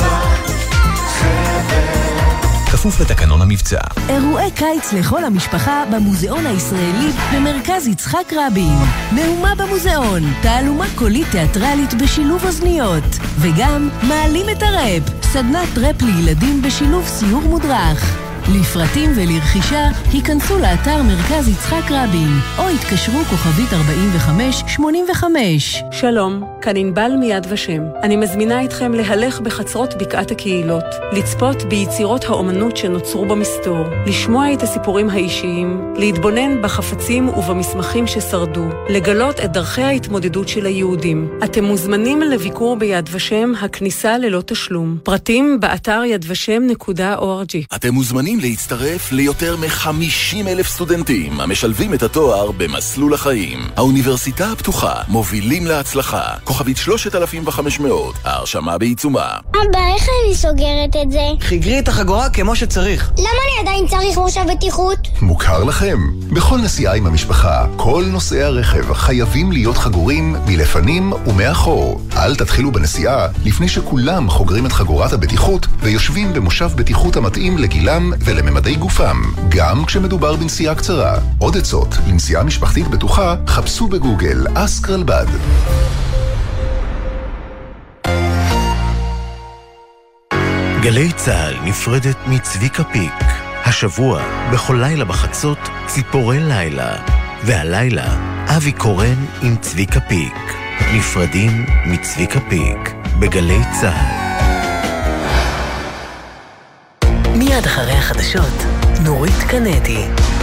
כפוף לתקנון המבצע. אירועי קיץ לכל המשפחה במוזיאון הישראלי במרכז יצחק רבין. מהומה במוזיאון, תעלומה קולית תיאטרלית בשילוב אוזניות. וגם מעלים את הראפ, סדנת ראפ לילדים בשילוב סיור מודרך. לפרטים ולרכישה, היכנסו לאתר מרכז יצחק רבין, או התקשרו כוכבית 4585. שלום, כאן ענבל מיד ושם. אני מזמינה אתכם להלך בחצרות בקעת הקהילות, לצפות ביצירות האומנות שנוצרו במסתור, לשמוע את הסיפורים האישיים, להתבונן בחפצים ובמסמכים ששרדו, לגלות את דרכי ההתמודדות של היהודים. אתם מוזמנים לביקור ביד ושם, הכניסה ללא תשלום. פרטים באתר yadvashem.org. אתם מוזמנים להצטרף ליותר מ-50,000 סטודנטים המשלבים את התואר במסלול החיים. האוניברסיטה הפתוחה, מובילים להצלחה. כוכבית 3500, ההרשמה בעיצומה. אבא, איך אני סוגרת את זה? חיגרי את החגורה כמו שצריך. למה אני עדיין צריך מושב בטיחות? מוכר לכם? בכל נסיעה עם המשפחה, כל נוסעי הרכב חייבים להיות חגורים מלפנים ומאחור. אל תתחילו בנסיעה לפני שכולם חוגרים את חגורת הבטיחות ויושבים במושב בטיחות המתאים לגילם ולממדי גופם, גם כשמדובר בנסיעה קצרה. עוד עצות לנסיעה משפחתית בטוחה, חפשו בגוגל אסק רלב"ד. גלי צהל נפרדת מצביקה פיק. השבוע, בכל לילה בחצות, ציפורי לילה. והלילה, אבי קורן עם צביקה פיק. נפרדים מצביקה פיק. בגלי צהל. מיד אחרי החדשות, נורית קנטי.